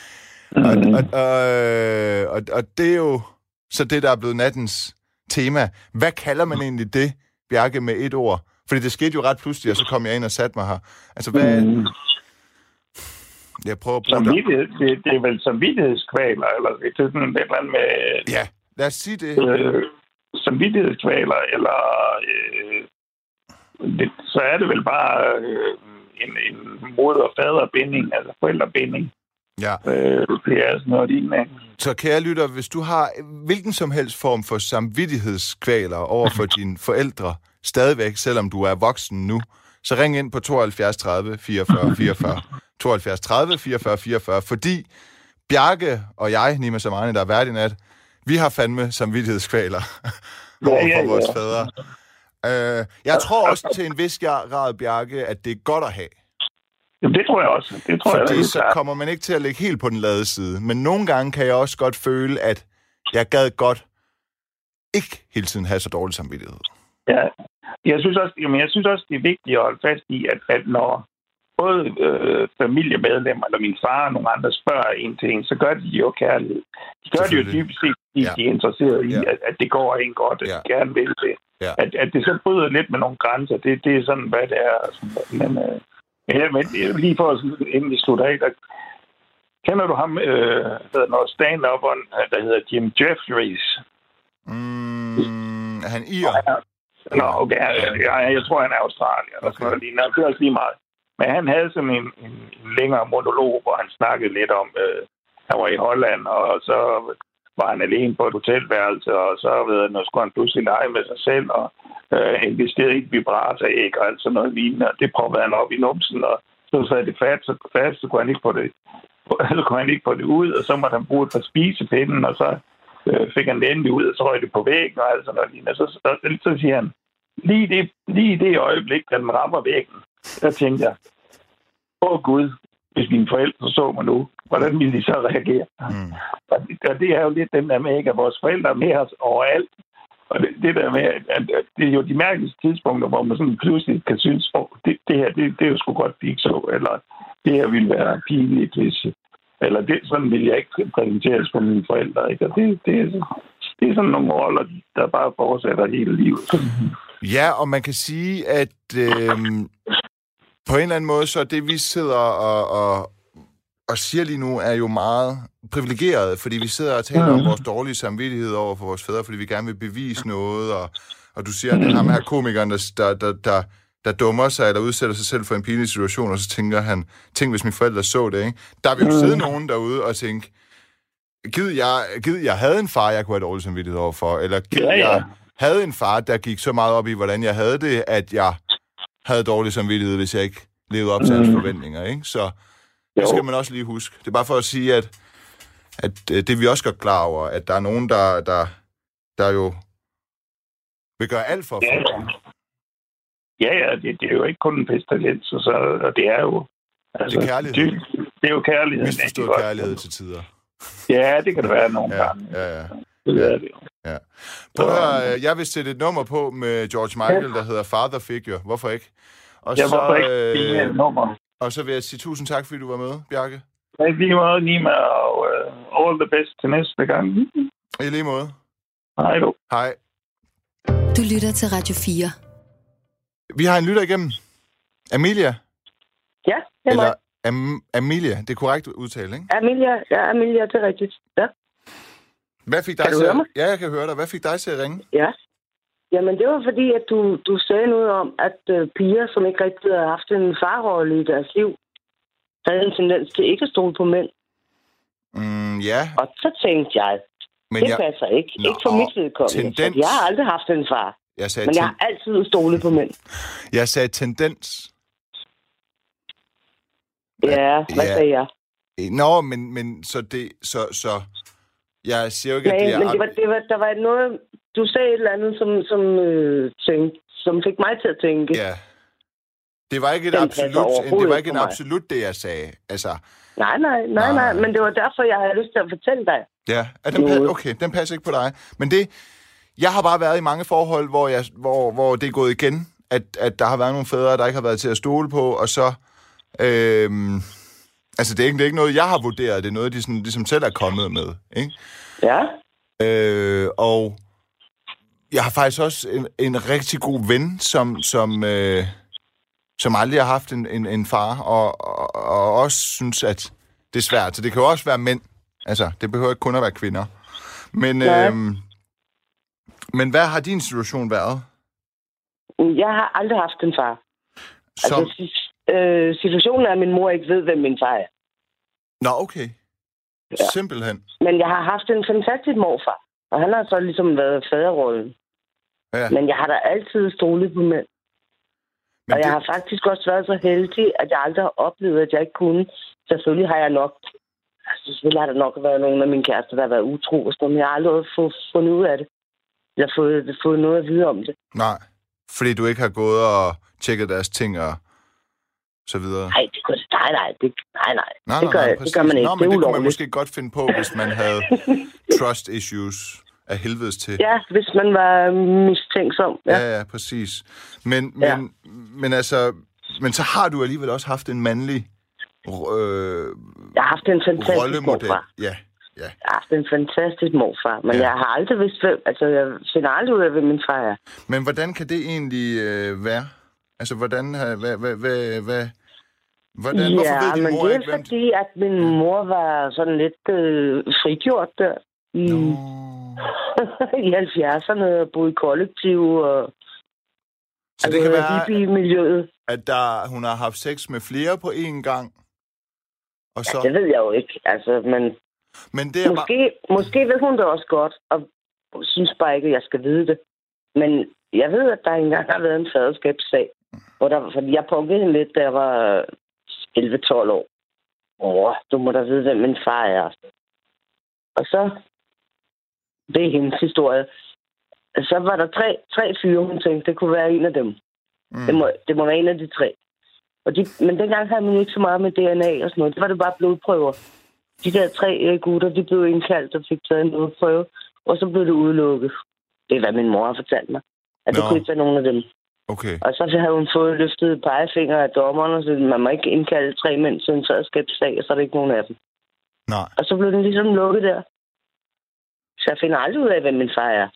A: Og det er jo så det, der er blevet nattens tema. Hvad kalder man egentlig det, Bjarke, med et ord? Fordi det skete jo ret pludselig, og så kom jeg ind og satte mig her. Altså, hvad... Jeg prøver at bruge
B: det er vel samvittighedskvaler, eller det er sådan et eller andet med...
A: Ja, lad os sige det.
B: Samvittighedskvaler, eller... så er det vel bare en moder- og faderbinding, altså forældrebinding.
A: Ja.
B: Det er sådan noget lignende.
A: Så kære lytter, hvis du har hvilken som helst form for samvittighedskvaler over for dine forældre, stadigvæk, selvom du er voksen nu, så ring ind på 72 30 44 44. 72 30 44 44, fordi Bjarke og jeg, Nima Samani, der er vært i nat, vi har fandme samvittighedskvaler over for vores fædre. Jeg tror også til en vis grad, Bjarke, at det er godt at have.
B: Jamen, det tror jeg også.
A: Fordi så kommer man ikke til at ligge helt på den lade side. Men nogle gange kan jeg også godt føle, at jeg gad godt ikke hele tiden have så dårlig samvittighed.
B: Ja, jeg synes også, det er vigtigt at holde fast i, at når både familiemedlemmer eller min far og nogle andre spørger en til en, så gør de jo kærlighed. De gør det jo dybest set, fordi de er interesseret i, at det går en godt, at de gerne vil det. Ja. At det så bryder lidt med nogle grænser, det er sådan, hvad det er. Men lige for inden vi slutter af, der kender du ham, noget stand-up'eren, der hedder Jim Jeffries?
A: Er han irer?
B: Nå, okay. Jeg tror, han er australier. Okay. Det er også lige meget. Men han havde sådan en længere monolog, hvor han snakkede lidt om, han var i Holland, og så var han alene på et hotelværelse, og så skulle han pludselig lege med sig selv, og investerede i et vibratoræg og alt sådan noget lignende. Og det proppede han op i numsen, og så sad det fast, så kunne han ikke få det ud, og så måtte han bruge et par spisepinden, og så fik han det endelig ud, og så røg det på væggen og alt sådan noget lignende. Så siger han, lige det øjeblik, da den rammer væggen, der tænkte jeg, Gud, hvis mine forældre så mig nu, hvordan ville de så reagere? Og det er jo lidt den der med, ikke, at vores forældre er med os overalt. Og det der med, at det er jo de mærkeligste tidspunkter, hvor man sådan pludselig kan synes, det her, det er jo sgu godt, de ikke så, eller det her ville være pinligt, hvis... Eller sådan vil jeg ikke præsenteres på mine forældre, ikke? Og det er sådan nogle roller, der bare fortsætter hele livet.
A: Ja, og man kan sige, at på en eller anden måde, så det vi sidder og siger lige nu, er jo meget privilegeret, fordi vi sidder og taler om vores dårlige samvittighed over for vores fædre, fordi vi gerne vil bevise noget, og du siger, at det er ham her komikeren, der dummer sig, eller udsætter sig selv for en pinlig situation, og så tænker han, tænk hvis mine forældre så det, ikke? Der vil jo sidde nogen derude og tænke, gid jeg havde en far, jeg kunne have dårlig samvittighed overfor, eller jeg havde en far, der gik så meget op i, hvordan jeg havde det, at jeg havde dårlig samvittighed, hvis jeg ikke levede op til hans forventninger, ikke? Så det skal man også lige huske. Det er bare for at sige, at det er vi også godt klar over, at der er nogen, der jo vil gøre alt for at få det.
B: Ja, det er jo ikke kun en pestilens, og det er jo... Altså,
A: det er kærlighed.
B: Det er jo kærlighed.
A: Misforstået kærlighed til tider.
B: Ja, det kan det være nogle gange.
A: Ja.
B: Det er det jo.
A: Ja. Prøv at høre, jeg vil sætte et nummer på med George Michael, der hedder Father Figure. Hvorfor ikke? Og
B: hvorfor ikke et nummer?
A: Og så vil jeg sige tusind tak, fordi du var med, Bjarke.
B: Ja, lige måde, Nima, og all the best til næste gang.
A: I lige måde.
B: Hej du.
A: Hej.
C: Du lytter til Radio 4.
A: Vi har en lytter igennem. Amelia?
D: Ja, det er mig.
A: Eller Amelia, det er korrekt udtale, ikke?
D: Amelia, det er rigtigt. Ja.
A: Hvad fik dig
D: kan du høre mig?
A: Ja, jeg kan høre dig. Hvad fik dig til at ringe?
D: Ja. Jamen, det var fordi, at du sagde noget om, at piger, som ikke rigtig havde haft en farrolle i deres liv, havde en tendens til ikke at stole på mænd.
A: Ja.
D: Og så tænkte jeg, passer ikke. Ikke for mit vedkommende. Jeg har aldrig haft en far. Men jeg har altid stolet på mænd.
A: Jeg sagde tendens.
D: Ja, hvad sagde jeg?
A: Nå, men så det... Så jeg siger jo ikke, at det er...
D: Men der var noget... Du sagde et eller andet, som fik mig til at tænke.
A: Ja. Det var ikke en absolut, det jeg sagde. Altså... Nej,
D: men det var derfor, jeg havde lyst til at fortælle dig.
A: Ja, okay, den passer ikke på dig. Men det... Jeg har bare været i mange forhold, hvor det er gået igen, at der har været nogle fædre, der ikke har været til at stole på, og så... altså, det er ikke noget, jeg har vurderet. Det er noget, de sådan, ligesom selv er kommet med, ikke?
D: Ja.
A: Og jeg har faktisk også en rigtig god ven, som aldrig har haft en far, og også synes, at det er svært. Så det kan jo også være mænd. Altså, det behøver ikke kun at være kvinder. Men hvad har din situation været?
D: Jeg har aldrig haft en far. Altså, situationen er, at min mor ikke ved, hvem min far er.
A: Nå, okay. Ja. Simpelthen.
D: Men jeg har haft en fantastisk morfar, og han har så ligesom været faderrollen. Ja. Men jeg har da altid stolet på mænd. Og jeg har faktisk også været så heldig, at jeg aldrig har oplevet, at jeg ikke kunne. Selvfølgelig har jeg nok... Altså, selvfølgelig har der nok været nogle af mine kærester, der har været utro, men jeg har aldrig fundet ud af det. Jeg har fået noget at vide om det.
A: Nej, fordi du ikke har gået og tjekket deres ting og så videre.
D: Nej, det gør det. Nej. Det gør man ikke.
A: Nå, men det kunne man måske godt finde på, hvis man havde trust issues. af helvedes til.
D: Ja, hvis man var mistænksom.
A: Ja, præcis. Men altså, men så har du alligevel også haft en mandlig
D: jeg har haft en fantastisk morfar.
A: Ja.
D: Jeg har haft en fantastisk morfar, men jeg har aldrig vidst, hvem. Altså, jeg finder aldrig ud af, hvem min far er.
A: Men hvordan kan det egentlig være? Altså, hvordan... Hvordan, hvorfor ved din mor
D: det er
A: ikke,
D: fordi, at min mor var sådan lidt frigjort der i 70'erne og boede i kollektiv og
A: så det kan være,
D: hippie-miljøet.
A: At hun har haft sex med flere på én gang? Og så...
D: Ja, det ved jeg jo ikke. Altså, men det er måske ved hun det også godt, og synes bare ikke, at jeg skal vide det. Men jeg ved, at der engang har været en faderskabssag, fordi jeg punkede hende lidt, da jeg var 11-12 år. Du må da vide, hvem min far er. Og så, det er hendes historie. Så var der tre fyre, hun tænkte, det kunne være en af dem. Det må være en af de tre. Men dengang havde man ikke så meget med DNA og sådan noget. Det var det bare blodprøver. De der 3 gutter, de blev indkaldt og fik taget en blodprøve, og så blev det udelukket. Det er, hvad min mor har fortalt mig. At det kunne ikke være nogen af dem.
A: Okay.
D: Og så havde hun fået løftet pegefinger af dommerne, så man må ikke indkalde 3 mænd til en faderskabssag, og så er det ikke nogen af dem.
A: Nej.
D: Og så blev den ligesom lukket der. Så jeg finder aldrig ud af, hvem min far er.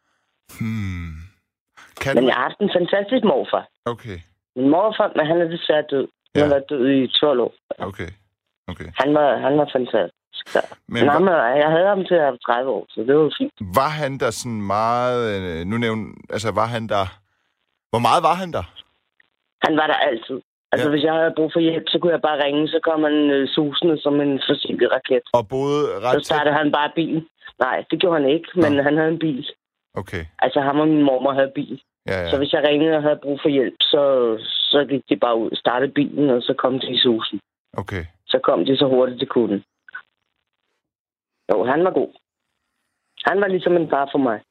D: Men jeg har haft en fantastisk morfar.
A: Okay.
D: Min morfar, men han er desværre død. Han har været død i 12 år.
A: Okay.
D: Han var fantastisk. Men jeg havde ham til at have 30 år, så det var fint.
A: Var han der sådan meget... var han der... Hvor meget var han der?
D: Han var der altid. Altså, hvis jeg havde brug for hjælp, så kunne jeg bare ringe, så kom han susende som en forsinket raket.
A: Og boede ret...
D: Så startede han bare bilen. Nej, det gjorde han ikke, men han havde en bil.
A: Okay.
D: Altså, ham og min mormor havde bil.
A: Ja.
D: Så hvis jeg ringede og havde brug for hjælp, så gik de bare ud, startede bilen, og så kom de i susen.
A: Okay.
D: Så kom de så hurtigt, de kunne. Jo, han var god. Han var ligesom en far for mig.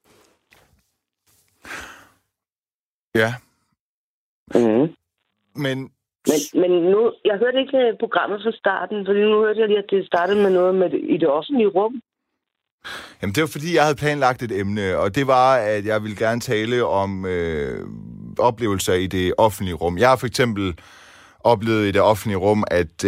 A: Ja.
D: Mm-hmm.
A: Men
D: nu, jeg hørte ikke programmet fra starten, fordi nu hørte jeg lige, at det startede med noget i det offentlige rum.
A: Jamen, det var fordi, jeg havde planlagt et emne, og det var, at jeg ville gerne tale om oplevelser i det offentlige rum. Jeg har for eksempel oplevet i det offentlige rum, at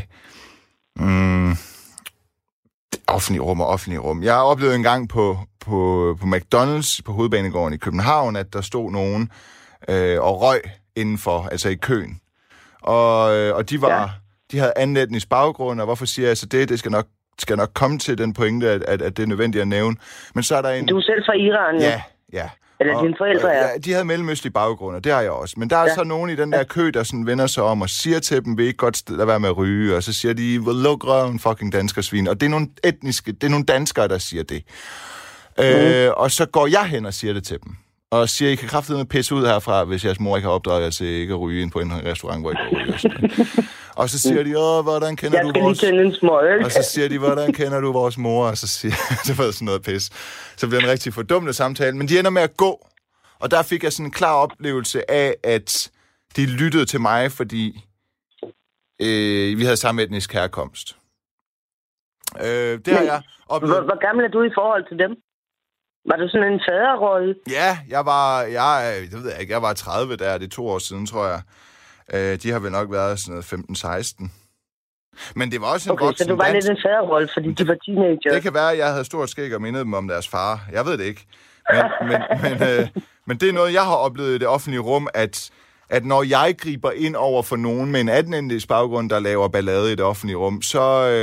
A: offentlige rum. Jeg har oplevet en gang på McDonald's på Hovedbanegården i København, at der stod nogen og røg indenfor, altså i køen. Og de havde anden etnisk baggrund, og hvorfor siger jeg så det? Det skal nok komme til den pointe, at det er nødvendigt at nævne. Men så er der en...
D: Du er selv fra Iran,
A: ja.
D: Eller dine forældre er?
A: Ja, de havde mellemøstlig baggrund, og det har jeg også. Men der er så nogen i den der kø, der sådan vender sig om og siger til dem, vil ikke godt lade være med at ryge, og så siger de, luk røven, fucking danskersvin. Og det er nogle danskere, der siger det. Og så går jeg hen og siger det til dem. Og siger, I kan kraftedeme pisse ud herfra, hvis jeres mor ikke har opdraget jer til ikke at ryge ind på en restaurant, hvor I kan ryge. Og så siger de, hvordan kender du vores... Og så siger de, hvordan kender du vores mor? Og så siger det var sådan noget pis. Så bliver en rigtig fordummende samtale. Men de ender med at gå. Og der fik jeg sådan en klar oplevelse af, at de lyttede til mig, fordi vi havde samme etnisk herkomst. Det har jeg oplevet.
D: Hvor gammel er du i forhold til dem? Var du sådan en faderrolle?
A: Ja, jeg var 30 der, det er 2 år siden, tror jeg. De har vel nok været sådan noget 15-16. Men det var også en voksen
D: så du var lidt en faderrolle, fordi de var teenager.
A: Det kan være, at jeg havde stort skæg og mindede dem om deres far. Jeg ved det ikke. Men det er noget, jeg har oplevet i det offentlige rum, at når jeg griber ind over for nogen med en 18-etnisk baggrund, der laver ballade i det offentlige rum, så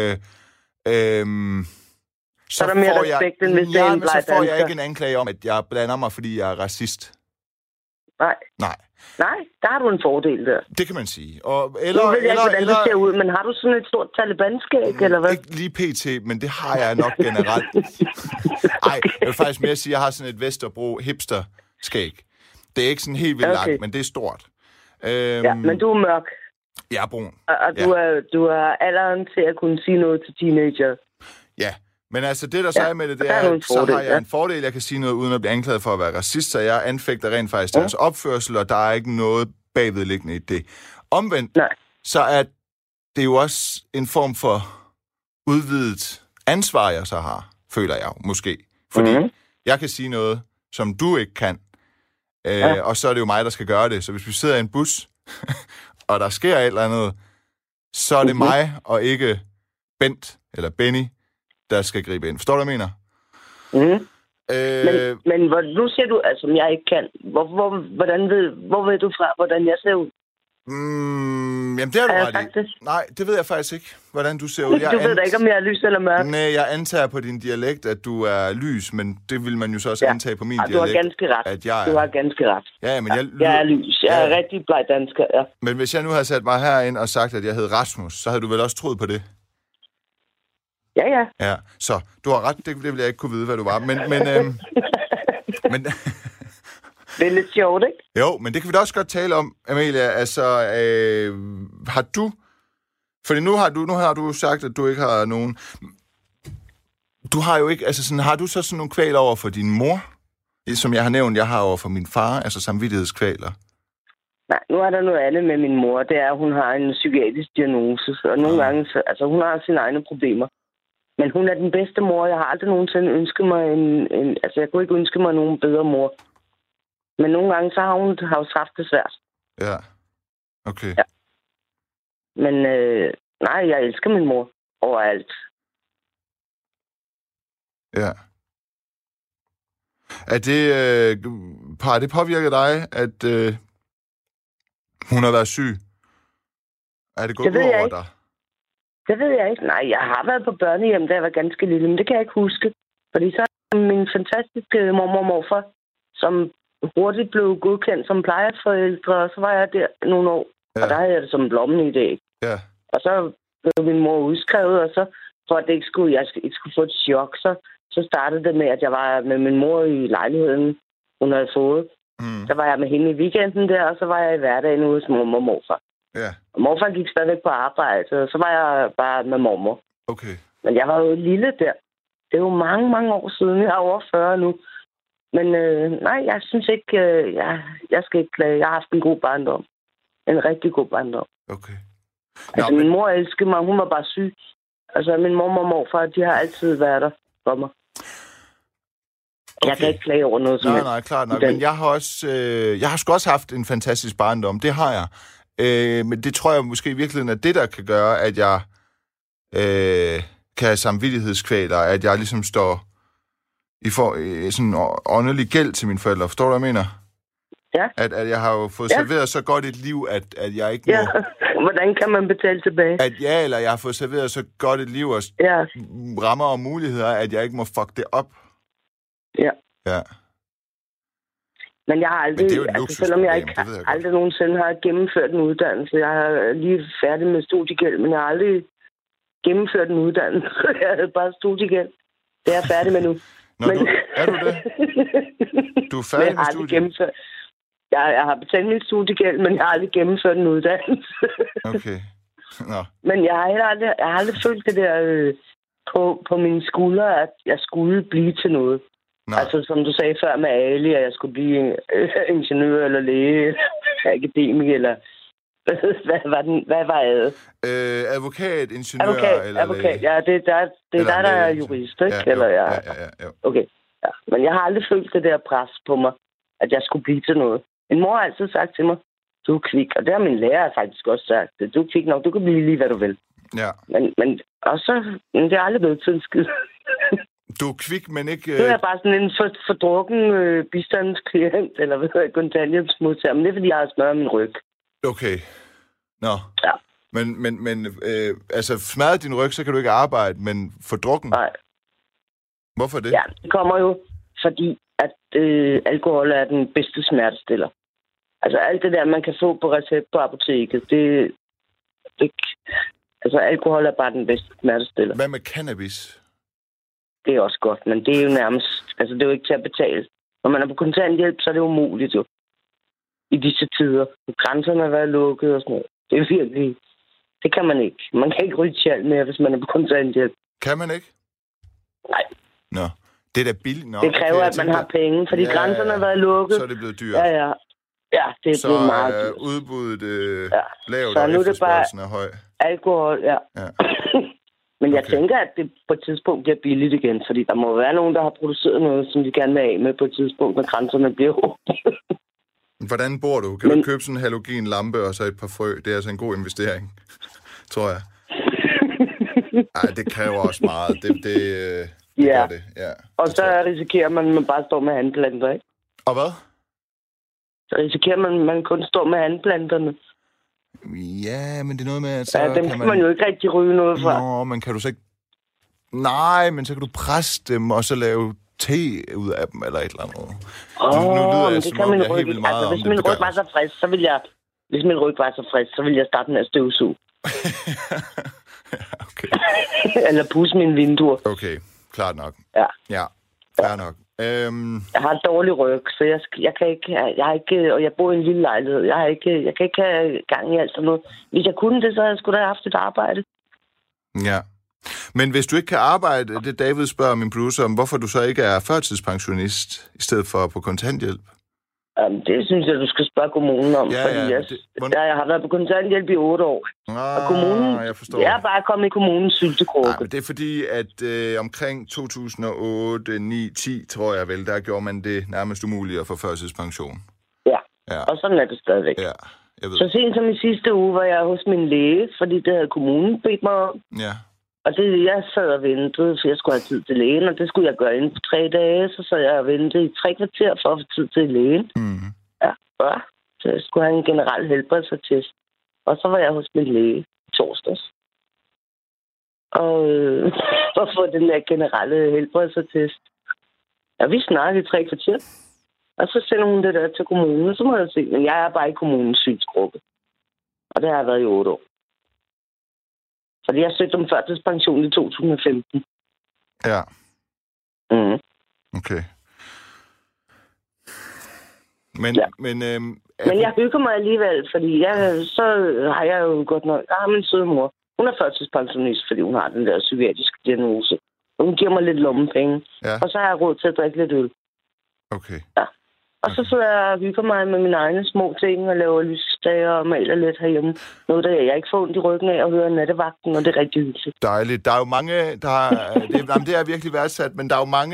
D: er der mere respekt, end hvis det er en bleg dansker.
A: Så får jeg ikke en anklage om, at jeg blander mig, fordi jeg er racist.
D: Nej, der har du en fordel der.
A: Det kan man sige. Nu
D: ved jeg ikke, hvordan det ser ud, men har du sådan et stort talibanskæg, eller hvad?
A: Ikke lige pt, men det har jeg nok generelt. Nej, jeg vil faktisk mere sige, at jeg har sådan et Vesterbro hipster-skæg. Det er ikke sådan helt vildt langt, men det er stort.
D: Ja, men du er mørk.
A: Jeg er brun.
D: Og du er alderen til at kunne sige noget til teenager.
A: Ja. Men altså, det der så er med det, er, at så har jeg en fordel, jeg kan sige noget, uden at blive anklaget for at være racist, så jeg anfægter rent faktisk deres opførsel, og der er ikke noget bagvedliggende i det. Omvendt, så er det jo også en form for udvidet ansvar, jeg så har, føler jeg måske. Fordi jeg kan sige noget, som du ikke kan. Og så er det jo mig, der skal gøre det. Så hvis vi sidder i en bus, og der sker et eller andet, så er det mig, og ikke Bent eller Benny, der skal gribe ind. Forstår du, hvad jeg mener?
D: Mm. Men nu siger du, altså, som jeg ikke kan. Hvor ved du fra, hvordan jeg ser ud?
A: Jamen, det har du ret i. Nej, det ved jeg faktisk ikke, hvordan du ser ud.
D: Du ved da ikke, om jeg er lys eller mørk?
A: Nej, jeg antager på din dialekt, at du er lys, men det vil man jo så også antage på min dialekt.
D: Du har ganske ret.
A: At jeg er...
D: Du har ganske ret.
A: Ja, men
D: jeg er lys. Jeg er rigtig bleg dansker, ja.
A: Men hvis jeg nu havde sat mig herind og sagt, at jeg hed Rasmus, så havde du vel også troet på det?
D: Ja.
A: Ja, så du har ret. Det ville jeg ikke kunne vide, hvad du var. Men
D: det er lidt sjovt, ikke?
A: Jo, men det kan vi da også godt tale om, Amalie. Altså, har du... Fordi nu har du sagt, at du ikke har nogen... Du har jo ikke... Altså, sådan, har du så sådan nogle kvaler over for din mor? Som jeg har nævnt, jeg har over for min far. Altså samvittighedskvaler.
D: Nej, nu er der noget andet med min mor. Det er, at hun har en psykiatrisk diagnose. Og nogle gange... Altså, hun har sine egne problemer. Men hun er den bedste mor. Jeg har aldrig nogensinde ønsket mig altså, jeg kunne ikke ønske mig nogen bedre mor. Men nogle gange, så har hun haft det svært.
A: Ja. Okay.
D: Ja. Men nej, jeg elsker min mor overalt.
A: Ja. Har det påvirket dig, at hun har været syg? Er det gået ud over dig?
D: Det ved jeg ikke. Nej, jeg har været på børnehjem, da jeg var ganske lille, men det kan jeg ikke huske. Fordi så er min fantastiske mormor og morfar, som hurtigt blev godkendt som plejeforældre, og så var jeg der nogle år. Ja. Og der havde jeg det som blommen i det.
A: Ja.
D: Og så blev min mor udskrevet, og så for at jeg ikke skulle få et chok, så startede det med, at jeg var med min mor i lejligheden, hun havde fået. Så var jeg med hende i weekenden der, og så var jeg i hverdagen ude hos mormor og morfar.
A: Ja.
D: Og morfar gik stadigvæk på arbejde, så var jeg bare med mormor.
A: Okay.
D: Men jeg var jo lille der. Det er jo mange, mange år siden. Jeg er over 40 nu. Men nej, jeg synes ikke, jeg skal ikke klage. Jeg har haft en god barndom. En rigtig god barndom.
A: Okay.
D: Altså, min mor elskede mig. Hun var bare syg. Altså, min mormor og morfar, de har altid været der for mig. Okay. Jeg kan ikke klage over noget som helst.
A: Nej, klart nok. Men jeg har sgu også haft en fantastisk barndom. Det har jeg. Men det tror jeg måske i virkeligheden er det, der kan gøre, at jeg kan have samvittighedskvaler, at jeg ligesom står i sådan åndelig gæld til mine forældre. Forstår du, hvad jeg mener?
D: Ja.
A: At jeg har jo fået serveret så godt et liv, at jeg ikke må...
D: Ja, hvordan kan man betale tilbage?
A: Eller jeg har fået serveret så godt et liv og rammer og muligheder, at jeg ikke må fuck det op.
D: Ja.
A: Ja.
D: Men jeg har aldrig, selvom jeg ikke aldrig nogensinde har gennemført en uddannelse. Jeg er lige færdig med studiegæld, men jeg har aldrig gennemført en uddannelse. Jeg havde bare studiegæld. Det er jeg færdig med nu.
A: Er du det? Du er færdig med studiegæld?
D: Jeg har betalt min studiegæld, men jeg har aldrig gennemført en uddannelse.
A: Okay. Nå.
D: Men jeg har aldrig følt det der på mine skuldre, at jeg skulle blive til noget.
A: Nå.
D: Altså, som du sagde før med Ali, at jeg skulle blive ingeniør eller læge, akademiker, eller hvad var det?
A: Advokat, ingeniør eller
D: advokat. Ja, det er der er jurist, ikke?
A: Ja.
D: Okay, ja. Men jeg har aldrig følt det der pres på mig, at jeg skulle blive til noget. Min mor har altid sagt til mig, du er kvik, og det har min lærer faktisk også sagt. Du er kvik nok, du kan blive lige, hvad du vil.
A: Ja.
D: Men det er aldrig blevet til en skid.
A: Du er kvik, men ikke...
D: Så er jeg bare sådan en fordrukken bistandsklient, eller hvad hedder kontanthjælpsmodtager. Men det er, fordi jeg har smøret min ryg.
A: Okay. Nå.
D: Ja.
A: Men altså, smadret din ryg, så kan du ikke arbejde, men fordrukken?
D: Nej.
A: Hvorfor det?
D: Ja, det kommer jo, fordi at alkohol er den bedste smertestiller. Altså alt det der, man kan få på recept på apoteket, altså alkohol er bare den bedste smertestiller.
A: Hvad med cannabis?
D: Det er også godt, men det er jo nærmest... Altså, det er jo ikke til at betale. Når man er på kontanthjælp, så er det umuligt jo. I disse tider. Grænserne har været lukket og sådan noget. Det er virkelig... Det kan man ikke. Man kan ikke ryge tjal mere, hvis man er på kontanthjælp.
A: Kan man ikke?
D: Nej.
A: Nå. Det er da billigt. Nå,
D: det kræver, at man har penge, fordi grænserne har været lukket.
A: Så er det blevet dyrt.
D: Ja. Ja, det er blevet meget dyrt.
A: Så udbuddet lavt,
D: så
A: og
D: nu er det bare
A: er høj.
D: Alkohol, ja. Men jeg tænker, at det på et tidspunkt bliver billigt igen, fordi der må være nogen, der har produceret noget, som de gerne vil af med på et tidspunkt, når grænserne bliver åbnet.
A: Hvordan bor du? Kan du købe sådan en halogenlampe og så et par frø? Det er altså en god investering, tror jeg. Ej, det kræver også meget. Det gør det. Ja.
D: Og så risikerer man, at man bare står med handplanter, ikke?
A: Og hvad?
D: Så risikerer man, at man kun står med handplanterne.
A: Ja, men det er noget med, at så
D: dem kan man jo ikke rigtig ryge noget fra.
A: Nå, men kan du så ikke... Nej, men så kan du presse dem, og så lave te ud af dem, eller et eller andet. Nu lyder jeg, som om jeg er helt vildt meget om det.
D: Hvis min ryg var så frisk, så ville jeg... Hvis min ryg var så frisk, så ville jeg starte med at støvsuge.
A: Okay.
D: Eller pusse mine vinduer.
A: Okay, klart nok. Ja, fair nok.
D: Jeg har en dårlig ryg, så jeg kan ikke, og jeg bor i en lille lejlighed. Jeg kan ikke have gang i alt sådan noget. Hvis jeg kunne det, så havde jeg sgu da haft et arbejde.
A: Ja. Men hvis du ikke kan arbejde, det David spørger min producer om, hvorfor du så ikke er førtidspensionist, i stedet for på kontanthjælp?
D: Det synes jeg, du skal spørge kommunen om, fordi jeg har været på kontanthjælp i 8 år. Og kommunen,
A: jeg forstår.
D: Jeg er bare kommet i kommunens syltekrukke.
A: Nej, men det er fordi, at omkring 2008, 9, 10, tror jeg vel, der gjorde man det nærmest umuligt at få førtidspension. Ja,
D: og sådan er det stadigvæk.
A: Ja, jeg ved.
D: Så sent som i sidste uge var jeg hos min læge, fordi det havde kommunen bedt mig om.
A: Ja.
D: Og jeg sad og ventede, for jeg skulle have tid til lægen, og det skulle jeg gøre inden for 3 dage. Så sad jeg og ventede i 3 kvarter for at få tid til lægen.
A: Mm.
D: Ja, så jeg skulle have en generel helbredsattest. Og så var jeg hos min læge torsdags. Og for at få den der generelle helbredsattest. Ja, vi snakkede i 3 kvarter. Og så sender hun det der til kommunen, så må jeg se. Men jeg er bare i kommunens synsgruppe. Og det har jeg været i 8 år. Fordi jeg søgte om førtidspension i 2015.
A: Ja.
D: Mm.
A: Okay.
D: Men jeg hygger mig alligevel, fordi så har jeg jo godt nok... Jeg har min søde mor. Hun er førtidspensionist, fordi hun har den der psykiatriske diagnose. Og hun giver mig lidt lommepenge.
A: Ja.
D: Og så har jeg råd til at drikke lidt øl.
A: Okay.
D: Ja. Og så sidder jeg og hygger mig med mine egne små ting og laver lysstager og maler lidt herhjemme. Noget, der jeg ikke får ondt i ryggen af og hører nattevagten, og det er rigtig hyggeligt.
A: Dejligt. Der er jo mange, det er virkelig værdsat, men der er jo mange,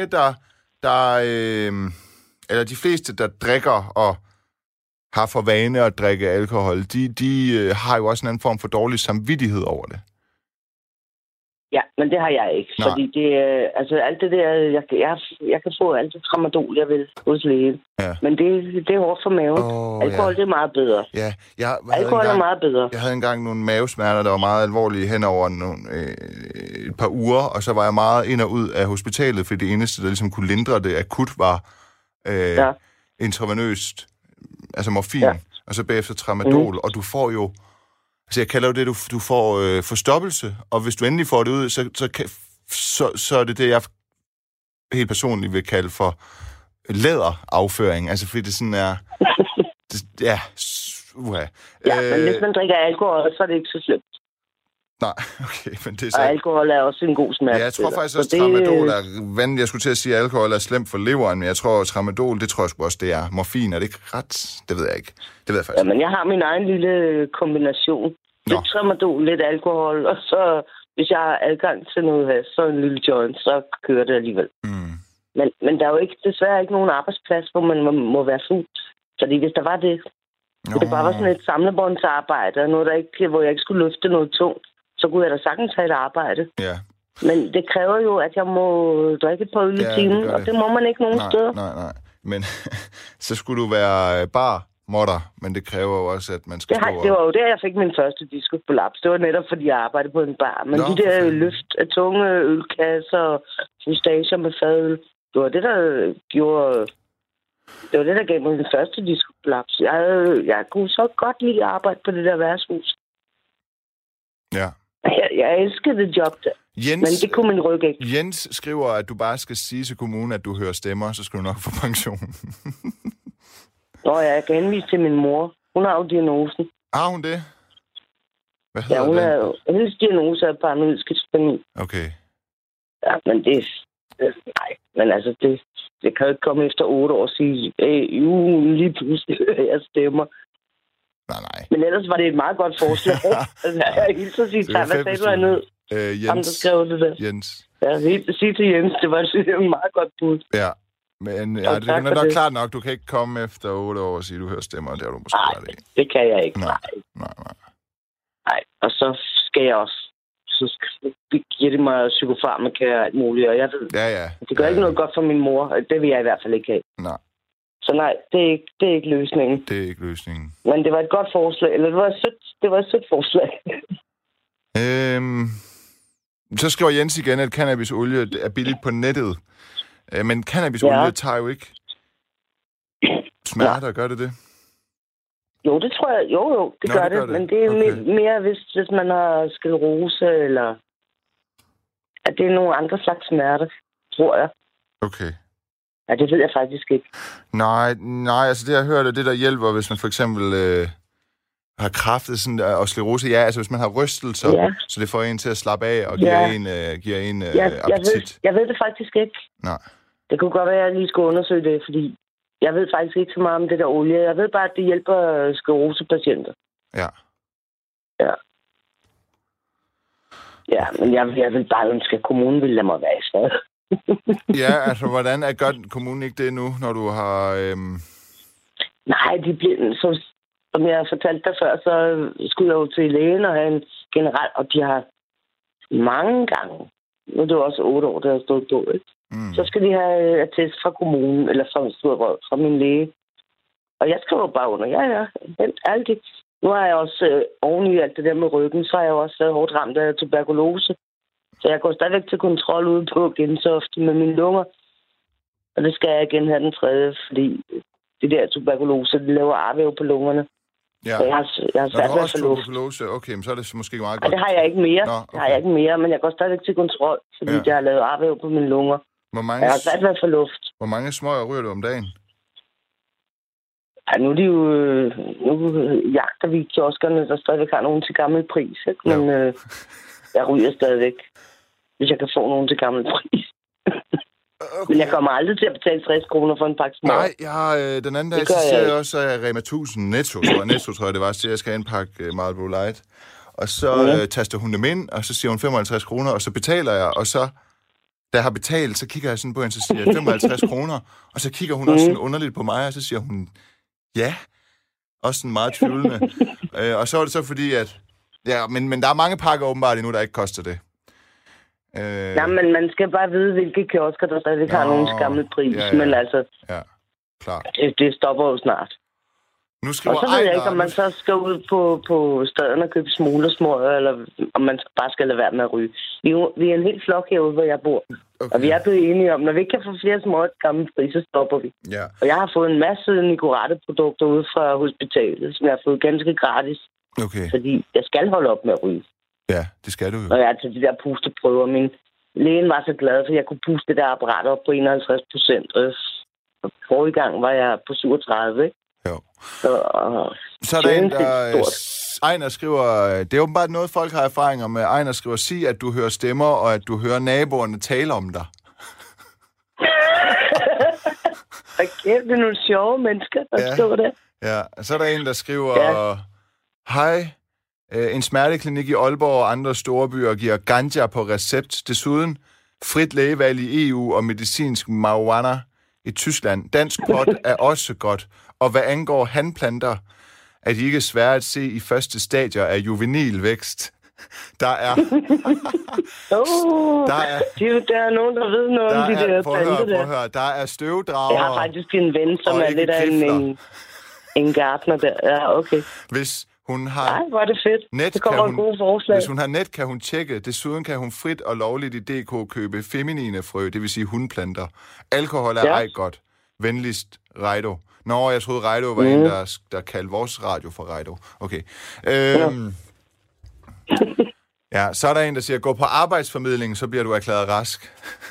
A: eller de fleste, der drikker og har for vane at drikke alkohol, de har jo også en anden form for dårlig samvittighed over det.
D: Ja, men det har jeg ikke.
A: Nej.
D: Fordi det alt det der, jeg kan få alt det tramadol, jeg vil hos lægen.
A: Ja.
D: Men det er hårdt for maven. Alkohol, det er meget bedre.
A: Ja,
D: alkohol er meget bedre.
A: Jeg havde engang nogle mavesmerter, der var meget alvorlige hen over et par uger, og så var jeg meget ind og ud af hospitalet, fordi det eneste, der ligesom kunne lindre det akut, var intravenøst, altså morfin, og så bagefter tramadol, og du får jo... Altså, jeg kalder jo det, du får forstoppelse, og hvis du endelig får det ud, så er det det, jeg helt personligt vil kalde for læderafføring. Altså, fordi det sådan er...
D: men hvis man drikker alkohol, så er det ikke så slemt.
A: Nej, okay, men det er så...
D: Og alkohol er også en god smerte.
A: Ja, jeg tror faktisk også, tramadol er vanligt. Jeg skulle til at sige, at alkohol er slemt for leveren, men jeg tror, at tramadol, det tror jeg sgu også, det er. Morfin, er det ikke ret? Det ved jeg ikke. Det ved jeg faktisk.
D: Ja, men jeg har min egen lille kombination. Lidt tramadol, lidt alkohol, og så, hvis jeg har adgang til noget her, så en lille joint, så kører det alligevel.
A: Mm.
D: Men der er jo desværre ikke nogen arbejdsplads, hvor man må være fuld. Fordi hvis der var det, det bare var sådan et samlebåndsarbejde, noget, hvor jeg ikke skulle løfte noget tungt, så kunne jeg da sagtens have et arbejde.
A: Ja.
D: Men det kræver jo, at jeg må drikke et par øl i timen, og det må man ikke nogen steder.
A: Nej. Men så skulle du være barmodder, men det kræver jo også, at man skal stå...
D: Det var jo der, jeg fik min første disco-prolaps. Det var netop, fordi jeg arbejdede på en bar. Men de der løft af tunge ølkasser og fustager med fadøl, det var det, der gjorde... Det var det, der gav mig min første disco-prolaps. Jeg kunne så godt lide at arbejde på det der værtshus.
A: Ja.
D: Jeg elskede det job der. Men det kunne min ryg ikke.
A: Jens skriver, at du bare skal sige til kommunen, at du hører stemmer, så skal du nok få pension.
D: Jeg kan henvise til min mor. Hun har jo diagnosen.
A: Har hun det? Hvad hedder
D: det? Hendes diagnose er paranoid skizofreni.
A: Okay.
D: Ja, men nej. Men altså, det kan jo ikke komme efter 8 år og sige, lige pludselig hører jeg stemmer.
A: Nej.
D: Men ellers var det et meget godt forslag. Altså, jeg hilser at sige tak. Hvad sagde du hernede?
A: Jens.
D: Ham, der skrev det der.
A: Jens.
D: Ja, sige til Jens, det var et meget godt bud.
A: Ja. Men det er nok klart nok. Du kan ikke komme efter 8 år og sige, at du hører stemmer, og det har du måske ret i.
D: Det kan jeg ikke.
A: Nej.
D: Og så skal jeg også. Så giver det mig psykofarmaka og alt muligt, og jeg ved, det gør ikke noget godt for min mor. Det vil jeg i hvert fald ikke have.
A: Nej.
D: Så nej, det er ikke løsningen.
A: Det er ikke løsningen.
D: Men det var et godt forslag, eller det var et sødt forslag.
A: Så skriver Jens igen, at cannabisolie er billigt på nettet. Men cannabisolie tager jo ikke smerter, gør det?
D: Jo, det tror jeg. Jo, det gør det. Men det er mere, hvis man har sklerose, eller at det er nogle andre slags smerter, tror jeg.
A: Okay.
D: Ja, det ved jeg faktisk ikke.
A: Nej, altså det jeg har hørt, er det, der hjælper, hvis man for eksempel har kræftet sådan, og sklerose. Ja, altså hvis man har rystelser, så det får en til at slappe af og giver en appetit.
D: Jeg ved det faktisk ikke.
A: Nej.
D: Det kunne godt være, at jeg lige skulle undersøge det, fordi jeg ved faktisk ikke så meget om det der olie. Jeg ved bare, at det hjælper sklerosepatienter.
A: Ja.
D: Ja, men jeg vil bare ønske, at kommunen ville lade mig være i fred.
A: Ja, altså hvordan gør kommunen ikke det nu, når du har...
D: Nej, de bliver, som jeg fortalte dig før, så skulle jeg jo til lægen og have en generelt, og de har mange gange, nu er det jo også 8 år, der har stået på, ikke? Så skal de have attest fra kommunen, eller fra min læge. Og jeg skriver bare under, helt ærligt. Nu har jeg også oven i alt det der med ryggen, så har jeg også været hårdt ramt af tuberkulose. Så jeg går stadigvæk til kontrol ude på Gentofte med mine lunger. Og det skal jeg igen have den 3., fordi det der tuberkulose, det laver arvæv på lungerne.
A: Ja.
D: Så jeg har svært ved at få luft.
A: Tuberkulose, okay, men så er det måske meget godt.
D: Og det har jeg ikke mere. Det har jeg ikke mere, men jeg går stadigvæk til kontrol, fordi jeg har lavet arvæv på mine lunger. Jeg har svært ved at få luft.
A: Hvor mange smøger ryger du om dagen?
D: Ja, nu jagter vi kioskerne, der stadigvæk har nogen til gammel pris. Ikke? Men jeg ryger stadigvæk, hvis jeg kan få nogen til gammel pris. Okay. Men jeg kommer aldrig til at betale 60 kroner for en pakke smør.
A: Nej, den anden dag, så siger jeg også, at Rema 1000 Netto, tror jeg det var, så jeg skal have en pakke Marlboro Light. Og så taster hun dem ind, og så siger hun 55 kroner, og så betaler jeg, og så, da jeg har betalt, så kigger jeg sådan på hende, så siger jeg 55 kroner, og så kigger hun også sådan underligt på mig, og så siger hun, ja, også sådan meget tvivlende. Og så er det så fordi, at, men der er mange pakker åbenbart endnu, der ikke koster det.
D: Men man skal bare vide, hvilke kiosker, der stadig har nogen gammel pris. Ja. Men altså,
A: klar.
D: Det stopper jo snart.
A: Nu
D: og så ved jeg ikke, om man så skal ud på staden og købe smuglersmøger, eller om man bare skal lade være med at ryge. Vi er en helt flok herude, hvor jeg bor. Okay. Og vi er blevet enige om, når vi ikke kan få flere smøger til gammel pris, så stopper vi.
A: Ja.
D: Og jeg har fået en masse Nicorette-produkter ude fra hospitalet, som jeg har fået ganske gratis.
A: Okay.
D: Fordi jeg skal holde op med at ryge.
A: Ja, det skal du jo.
D: Og jeg har taget de der pusteprøver. Min lægen var så glad, for jeg kunne puste det der apparat op på 51%. Og forrige gang var jeg på 37, ikke?
A: Jo. Så er der en, der... Ejner skriver... Det er åbenbart noget, folk har erfaringer med. Ejner skriver, sig, at du hører stemmer, og at du hører naboerne tale om dig.
D: Okay, det er nogle sjove mennesker, der skriver det.
A: Ja, så er der en, der skriver... Hej... En smerteklinik i Aalborg og andre store byer giver ganja på recept. Desuden frit lægevalg i EU og medicinsk marijuana i Tyskland. Dansk pot er også godt. Og hvad angår handplanter, er de ikke svære at se i første stadier af juvenil vækst. Der er...
D: der er nogen, der ved noget om de der planter der.
A: Prøv at høre. Der er støvdrager.
D: Jeg har faktisk en ven, som er lidt af en gartner der. Ja, okay.
A: Hvis hun har...
D: Nej, hvor er det fedt. Det kommer en god forslag.
A: Hvis hun har net, kan hun tjekke. Desuden kan hun frit og lovligt i DK købe feminine frø, det vil sige hundplanter. Alkohol er ej godt. Venligst Reido. Nå, jeg troede Reido var en, der kaldte vores radio for Reido. Okay. Ja, så er der en, der siger, gå på arbejdsformidling, så bliver du erklæret rask.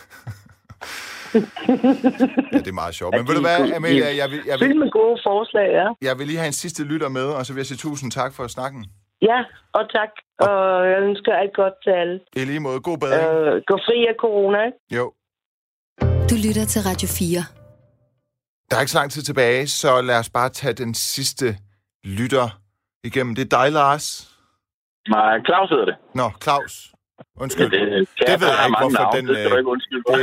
A: Ja, det er meget sjovt. Men ved du hvad, Amelia, jeg vil
D: fyldt med gode forslag, ja.
A: Jeg vil lige have en sidste lytter med, og så vil jeg sige tusind tak for snakken.
D: Ja, og tak. Og jeg ønsker alt godt til alle.
A: I lige måde. God bedring.
D: Gå fri af corona, ikke?
A: Jo.
C: Du lytter til Radio 4.
A: Der er ikke så lang tid tilbage, så lad os bare tage den sidste lytter igennem. Det er dig, Lars.
E: Nej, Claus hedder det.
A: Nå, Claus. Undskyld.
E: Ja,
A: det ved jeg ikke, hvorfor
E: den... Det skal du ikke undskylde på.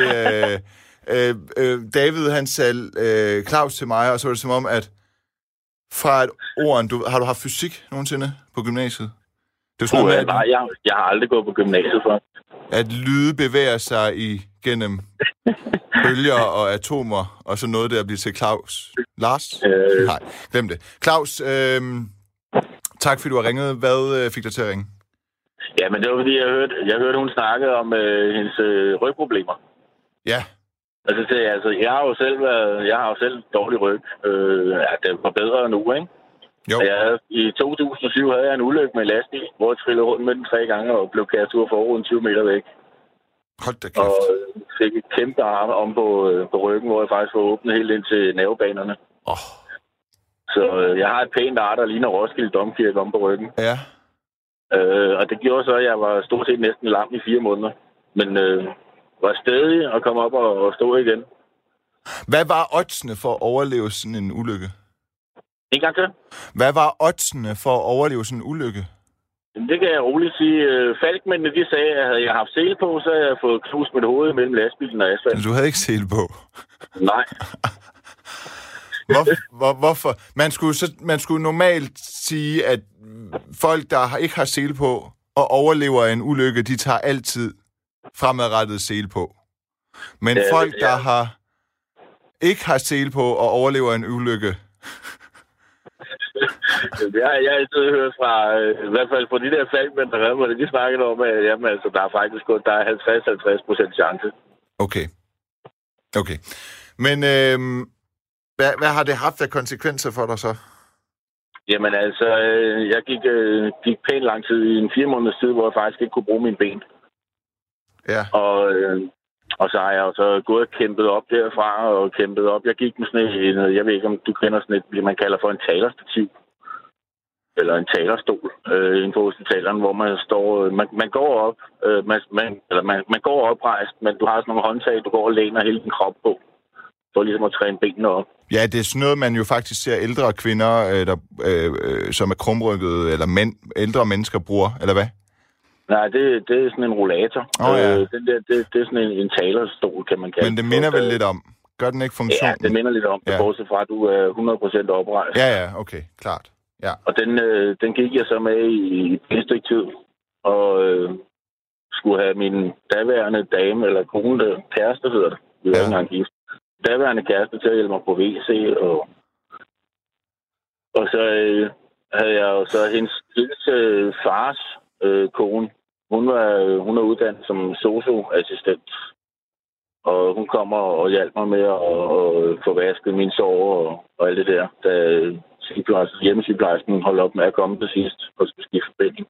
A: David, han sagde Claus til mig, og så var det som om, at fra et ord... Har du haft fysik nogensinde på gymnasiet? Det er sådan noget med,
E: jeg har aldrig gået på gymnasiet før.
A: At lyde bevæger sig igennem bølger og atomer, og så noget der bliver til Claus. Lars? Nej, glem det. Claus, tak fordi du har ringet. Hvad fik dig til at ringe?
E: Ja, men det var fordi, jeg hørte hun snakkede om hendes rygproblemer.
A: Ja.
E: Altså, jeg har jo selv dårlig ryg. Det var bedre nu, ikke?
A: Jo.
E: I 2007 havde jeg en ulykke med en lastbil, hvor jeg trillede rundt med den 3 gange og blev kastet ud af forruden 20 meter væk.
A: Hold da kæft.
E: Og fik et kæmpe arm om på ryggen, hvor jeg faktisk var åbnet helt ind til nervebanerne. Så jeg har et pænt ar, der ligner Roskilde Domkirke om på ryggen.
A: Ja.
E: Og det gjorde så, at jeg var stort set næsten lam i 4 måneder. Men var stædig og kom op og stod igen.
A: Hvad var oddsene for at overleve sådan en ulykke?
E: En gang til.
A: Hvad var oddsene for at overleve sådan en ulykke?
E: Det kan jeg roligt sige. Falkmændene, de sagde, at havde jeg haft sele på, så havde jeg fået knust mit hoved mellem lastbilen og asfalt.
A: Du havde ikke sele på?
E: Nej.
A: Hvorfor? Man skulle normalt sige, at folk, der ikke har sele på og overlever en ulykke, de tager altid fremadrettet sele på. Men folk, der ikke har sele på og overlever en ulykke...
E: Jeg har altid hørt fra, i hvert fald fra de der falkmænd, der redder mig, de snakkede om, at jamen, altså, der er faktisk kun 50-50% chance.
A: Okay. Men hvad har det haft af konsekvenser for dig så?
E: Jamen altså, jeg gik pænt lang tid i en 4 måneders tid, hvor jeg faktisk ikke kunne bruge mine ben.
A: Ja.
E: Og så har jeg jo så gået og kæmpet op derfra og kæmpet op. Jeg gik med sådan en, jeg ved ikke, om du kender sådan et, man kalder for en talerstativ. Eller en talerstol inden for hospitalerne, hvor man står... Man går op, man går oprejst, men du har sådan nogle håndtag, du går og læner hele din krop på, for ligesom at træne benene op.
A: Ja, det er sådan noget, man jo faktisk ser ældre kvinder, som er krumrykkede, eller ældre mennesker bruger, eller hvad?
E: Nej, det er sådan en rollator.
A: Ja.
E: Det er sådan en talerstol, kan man kalde.
A: Men det minder vel lidt om? Gør den ikke funktionen?
E: Ja, det minder lidt om. Det bortset fra, at du er 100% oprejst.
A: Ja, okay, klart. Ja.
E: Og den gik jeg så med i et stykke tid, og skulle have min daværende dame, eller kone, kæreste hedder det. Vi var ikke engang gift. Daværende kæreste til at hjælpe mig på WC, og så havde jeg jo så hendes fars kone. Hun er uddannet som sosu-assistent, og hun kommer og hjælper mig med at få vasket mine sår og alt det der, da hjemmesygeplejersken holdt op med at komme til sidst og skulle skifte forbinding.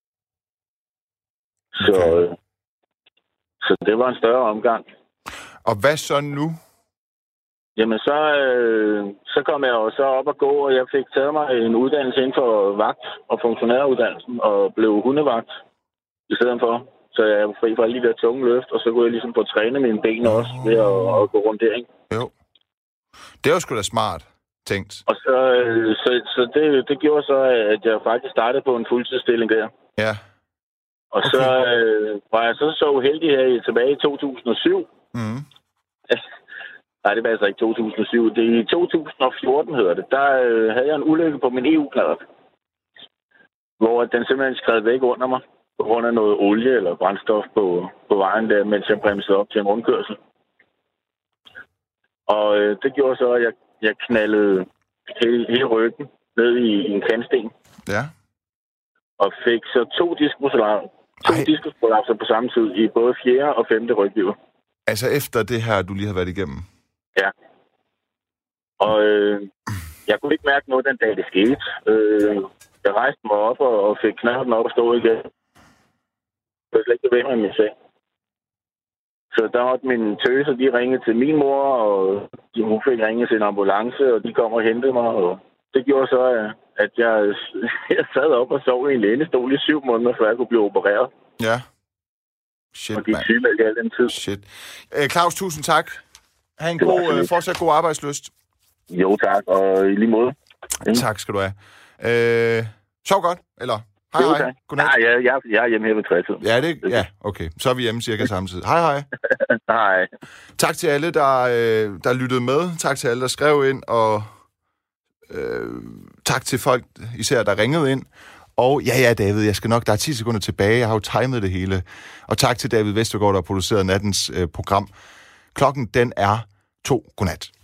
E: Okay. Så det var en større omgang.
A: Og hvad så nu?
E: Jamen, så kom jeg jo så op og gå, og jeg fik taget mig en uddannelse inden for vagt- og funktionæruddannelsen, og blev hundevagt i stedet for. Så jeg var fri fra alle de der tunge løft, og så kunne jeg ligesom få træne mine ben også ved at gå rundt der, ikke?
A: Jo. Det var sgu da smart tænkt.
E: Og så det gjorde så, at jeg faktisk startede på en fuldtidsstilling der.
A: Ja.
E: Og okay. Så var jeg så uheldig her tilbage i 2007.
A: Mhm.
E: Nej, det var altså ikke 2007. Det er i 2014, hedder det. Der havde jeg en ulykke på min EU-knallert, hvor den simpelthen skred væk under mig på grund af noget olie eller brændstof på vejen der, mens jeg bremsede op til en rundkørsel. Og det gjorde så, at jeg knaldede hele ryggen ned i en kantsten.
A: Ja.
E: Og fik så 2 diskusprolapser på samme tid i både 4. og 5. ryggiver.
A: Altså efter det her, du lige har været igennem?
E: Ja. Og jeg kunne ikke mærke noget den dag, det skete. Jeg rejste mig op og fik knallerten op og stå igen. Jeg kunne slet ikke bevæge mig i min seng. Så der var mine tøser, de ringede til min mor, og hun fik ringet til en ambulance, og de kom og hentede mig. Og det gjorde så, at jeg sad op og sov i en lænestol i 7 måneder, før jeg kunne blive opereret.
A: Ja. Shit,
E: og gik sygemeldt i al den tid.
A: Shit. Claus, tusind tak. Ha' en fortsat god arbejdslyst.
E: Jo, tak, og i lige måde.
A: Tak skal du have. Sov godt, eller hej, hej. Godnat.
E: Nej, jeg er hjemme her ved 60.
A: Ja, okay. Så er vi hjemme cirka samtidig. Hej, hej.
E: Hej.
A: Tak til alle, der lyttede med. Tak til alle, der skrev ind, og tak til folk, især der ringede ind. Og ja, David, der er 10 sekunder tilbage. Jeg har jo timet det hele. Og tak til David Vestergaard, der har produceret nattens program. Klokken, den er 2. Godnat.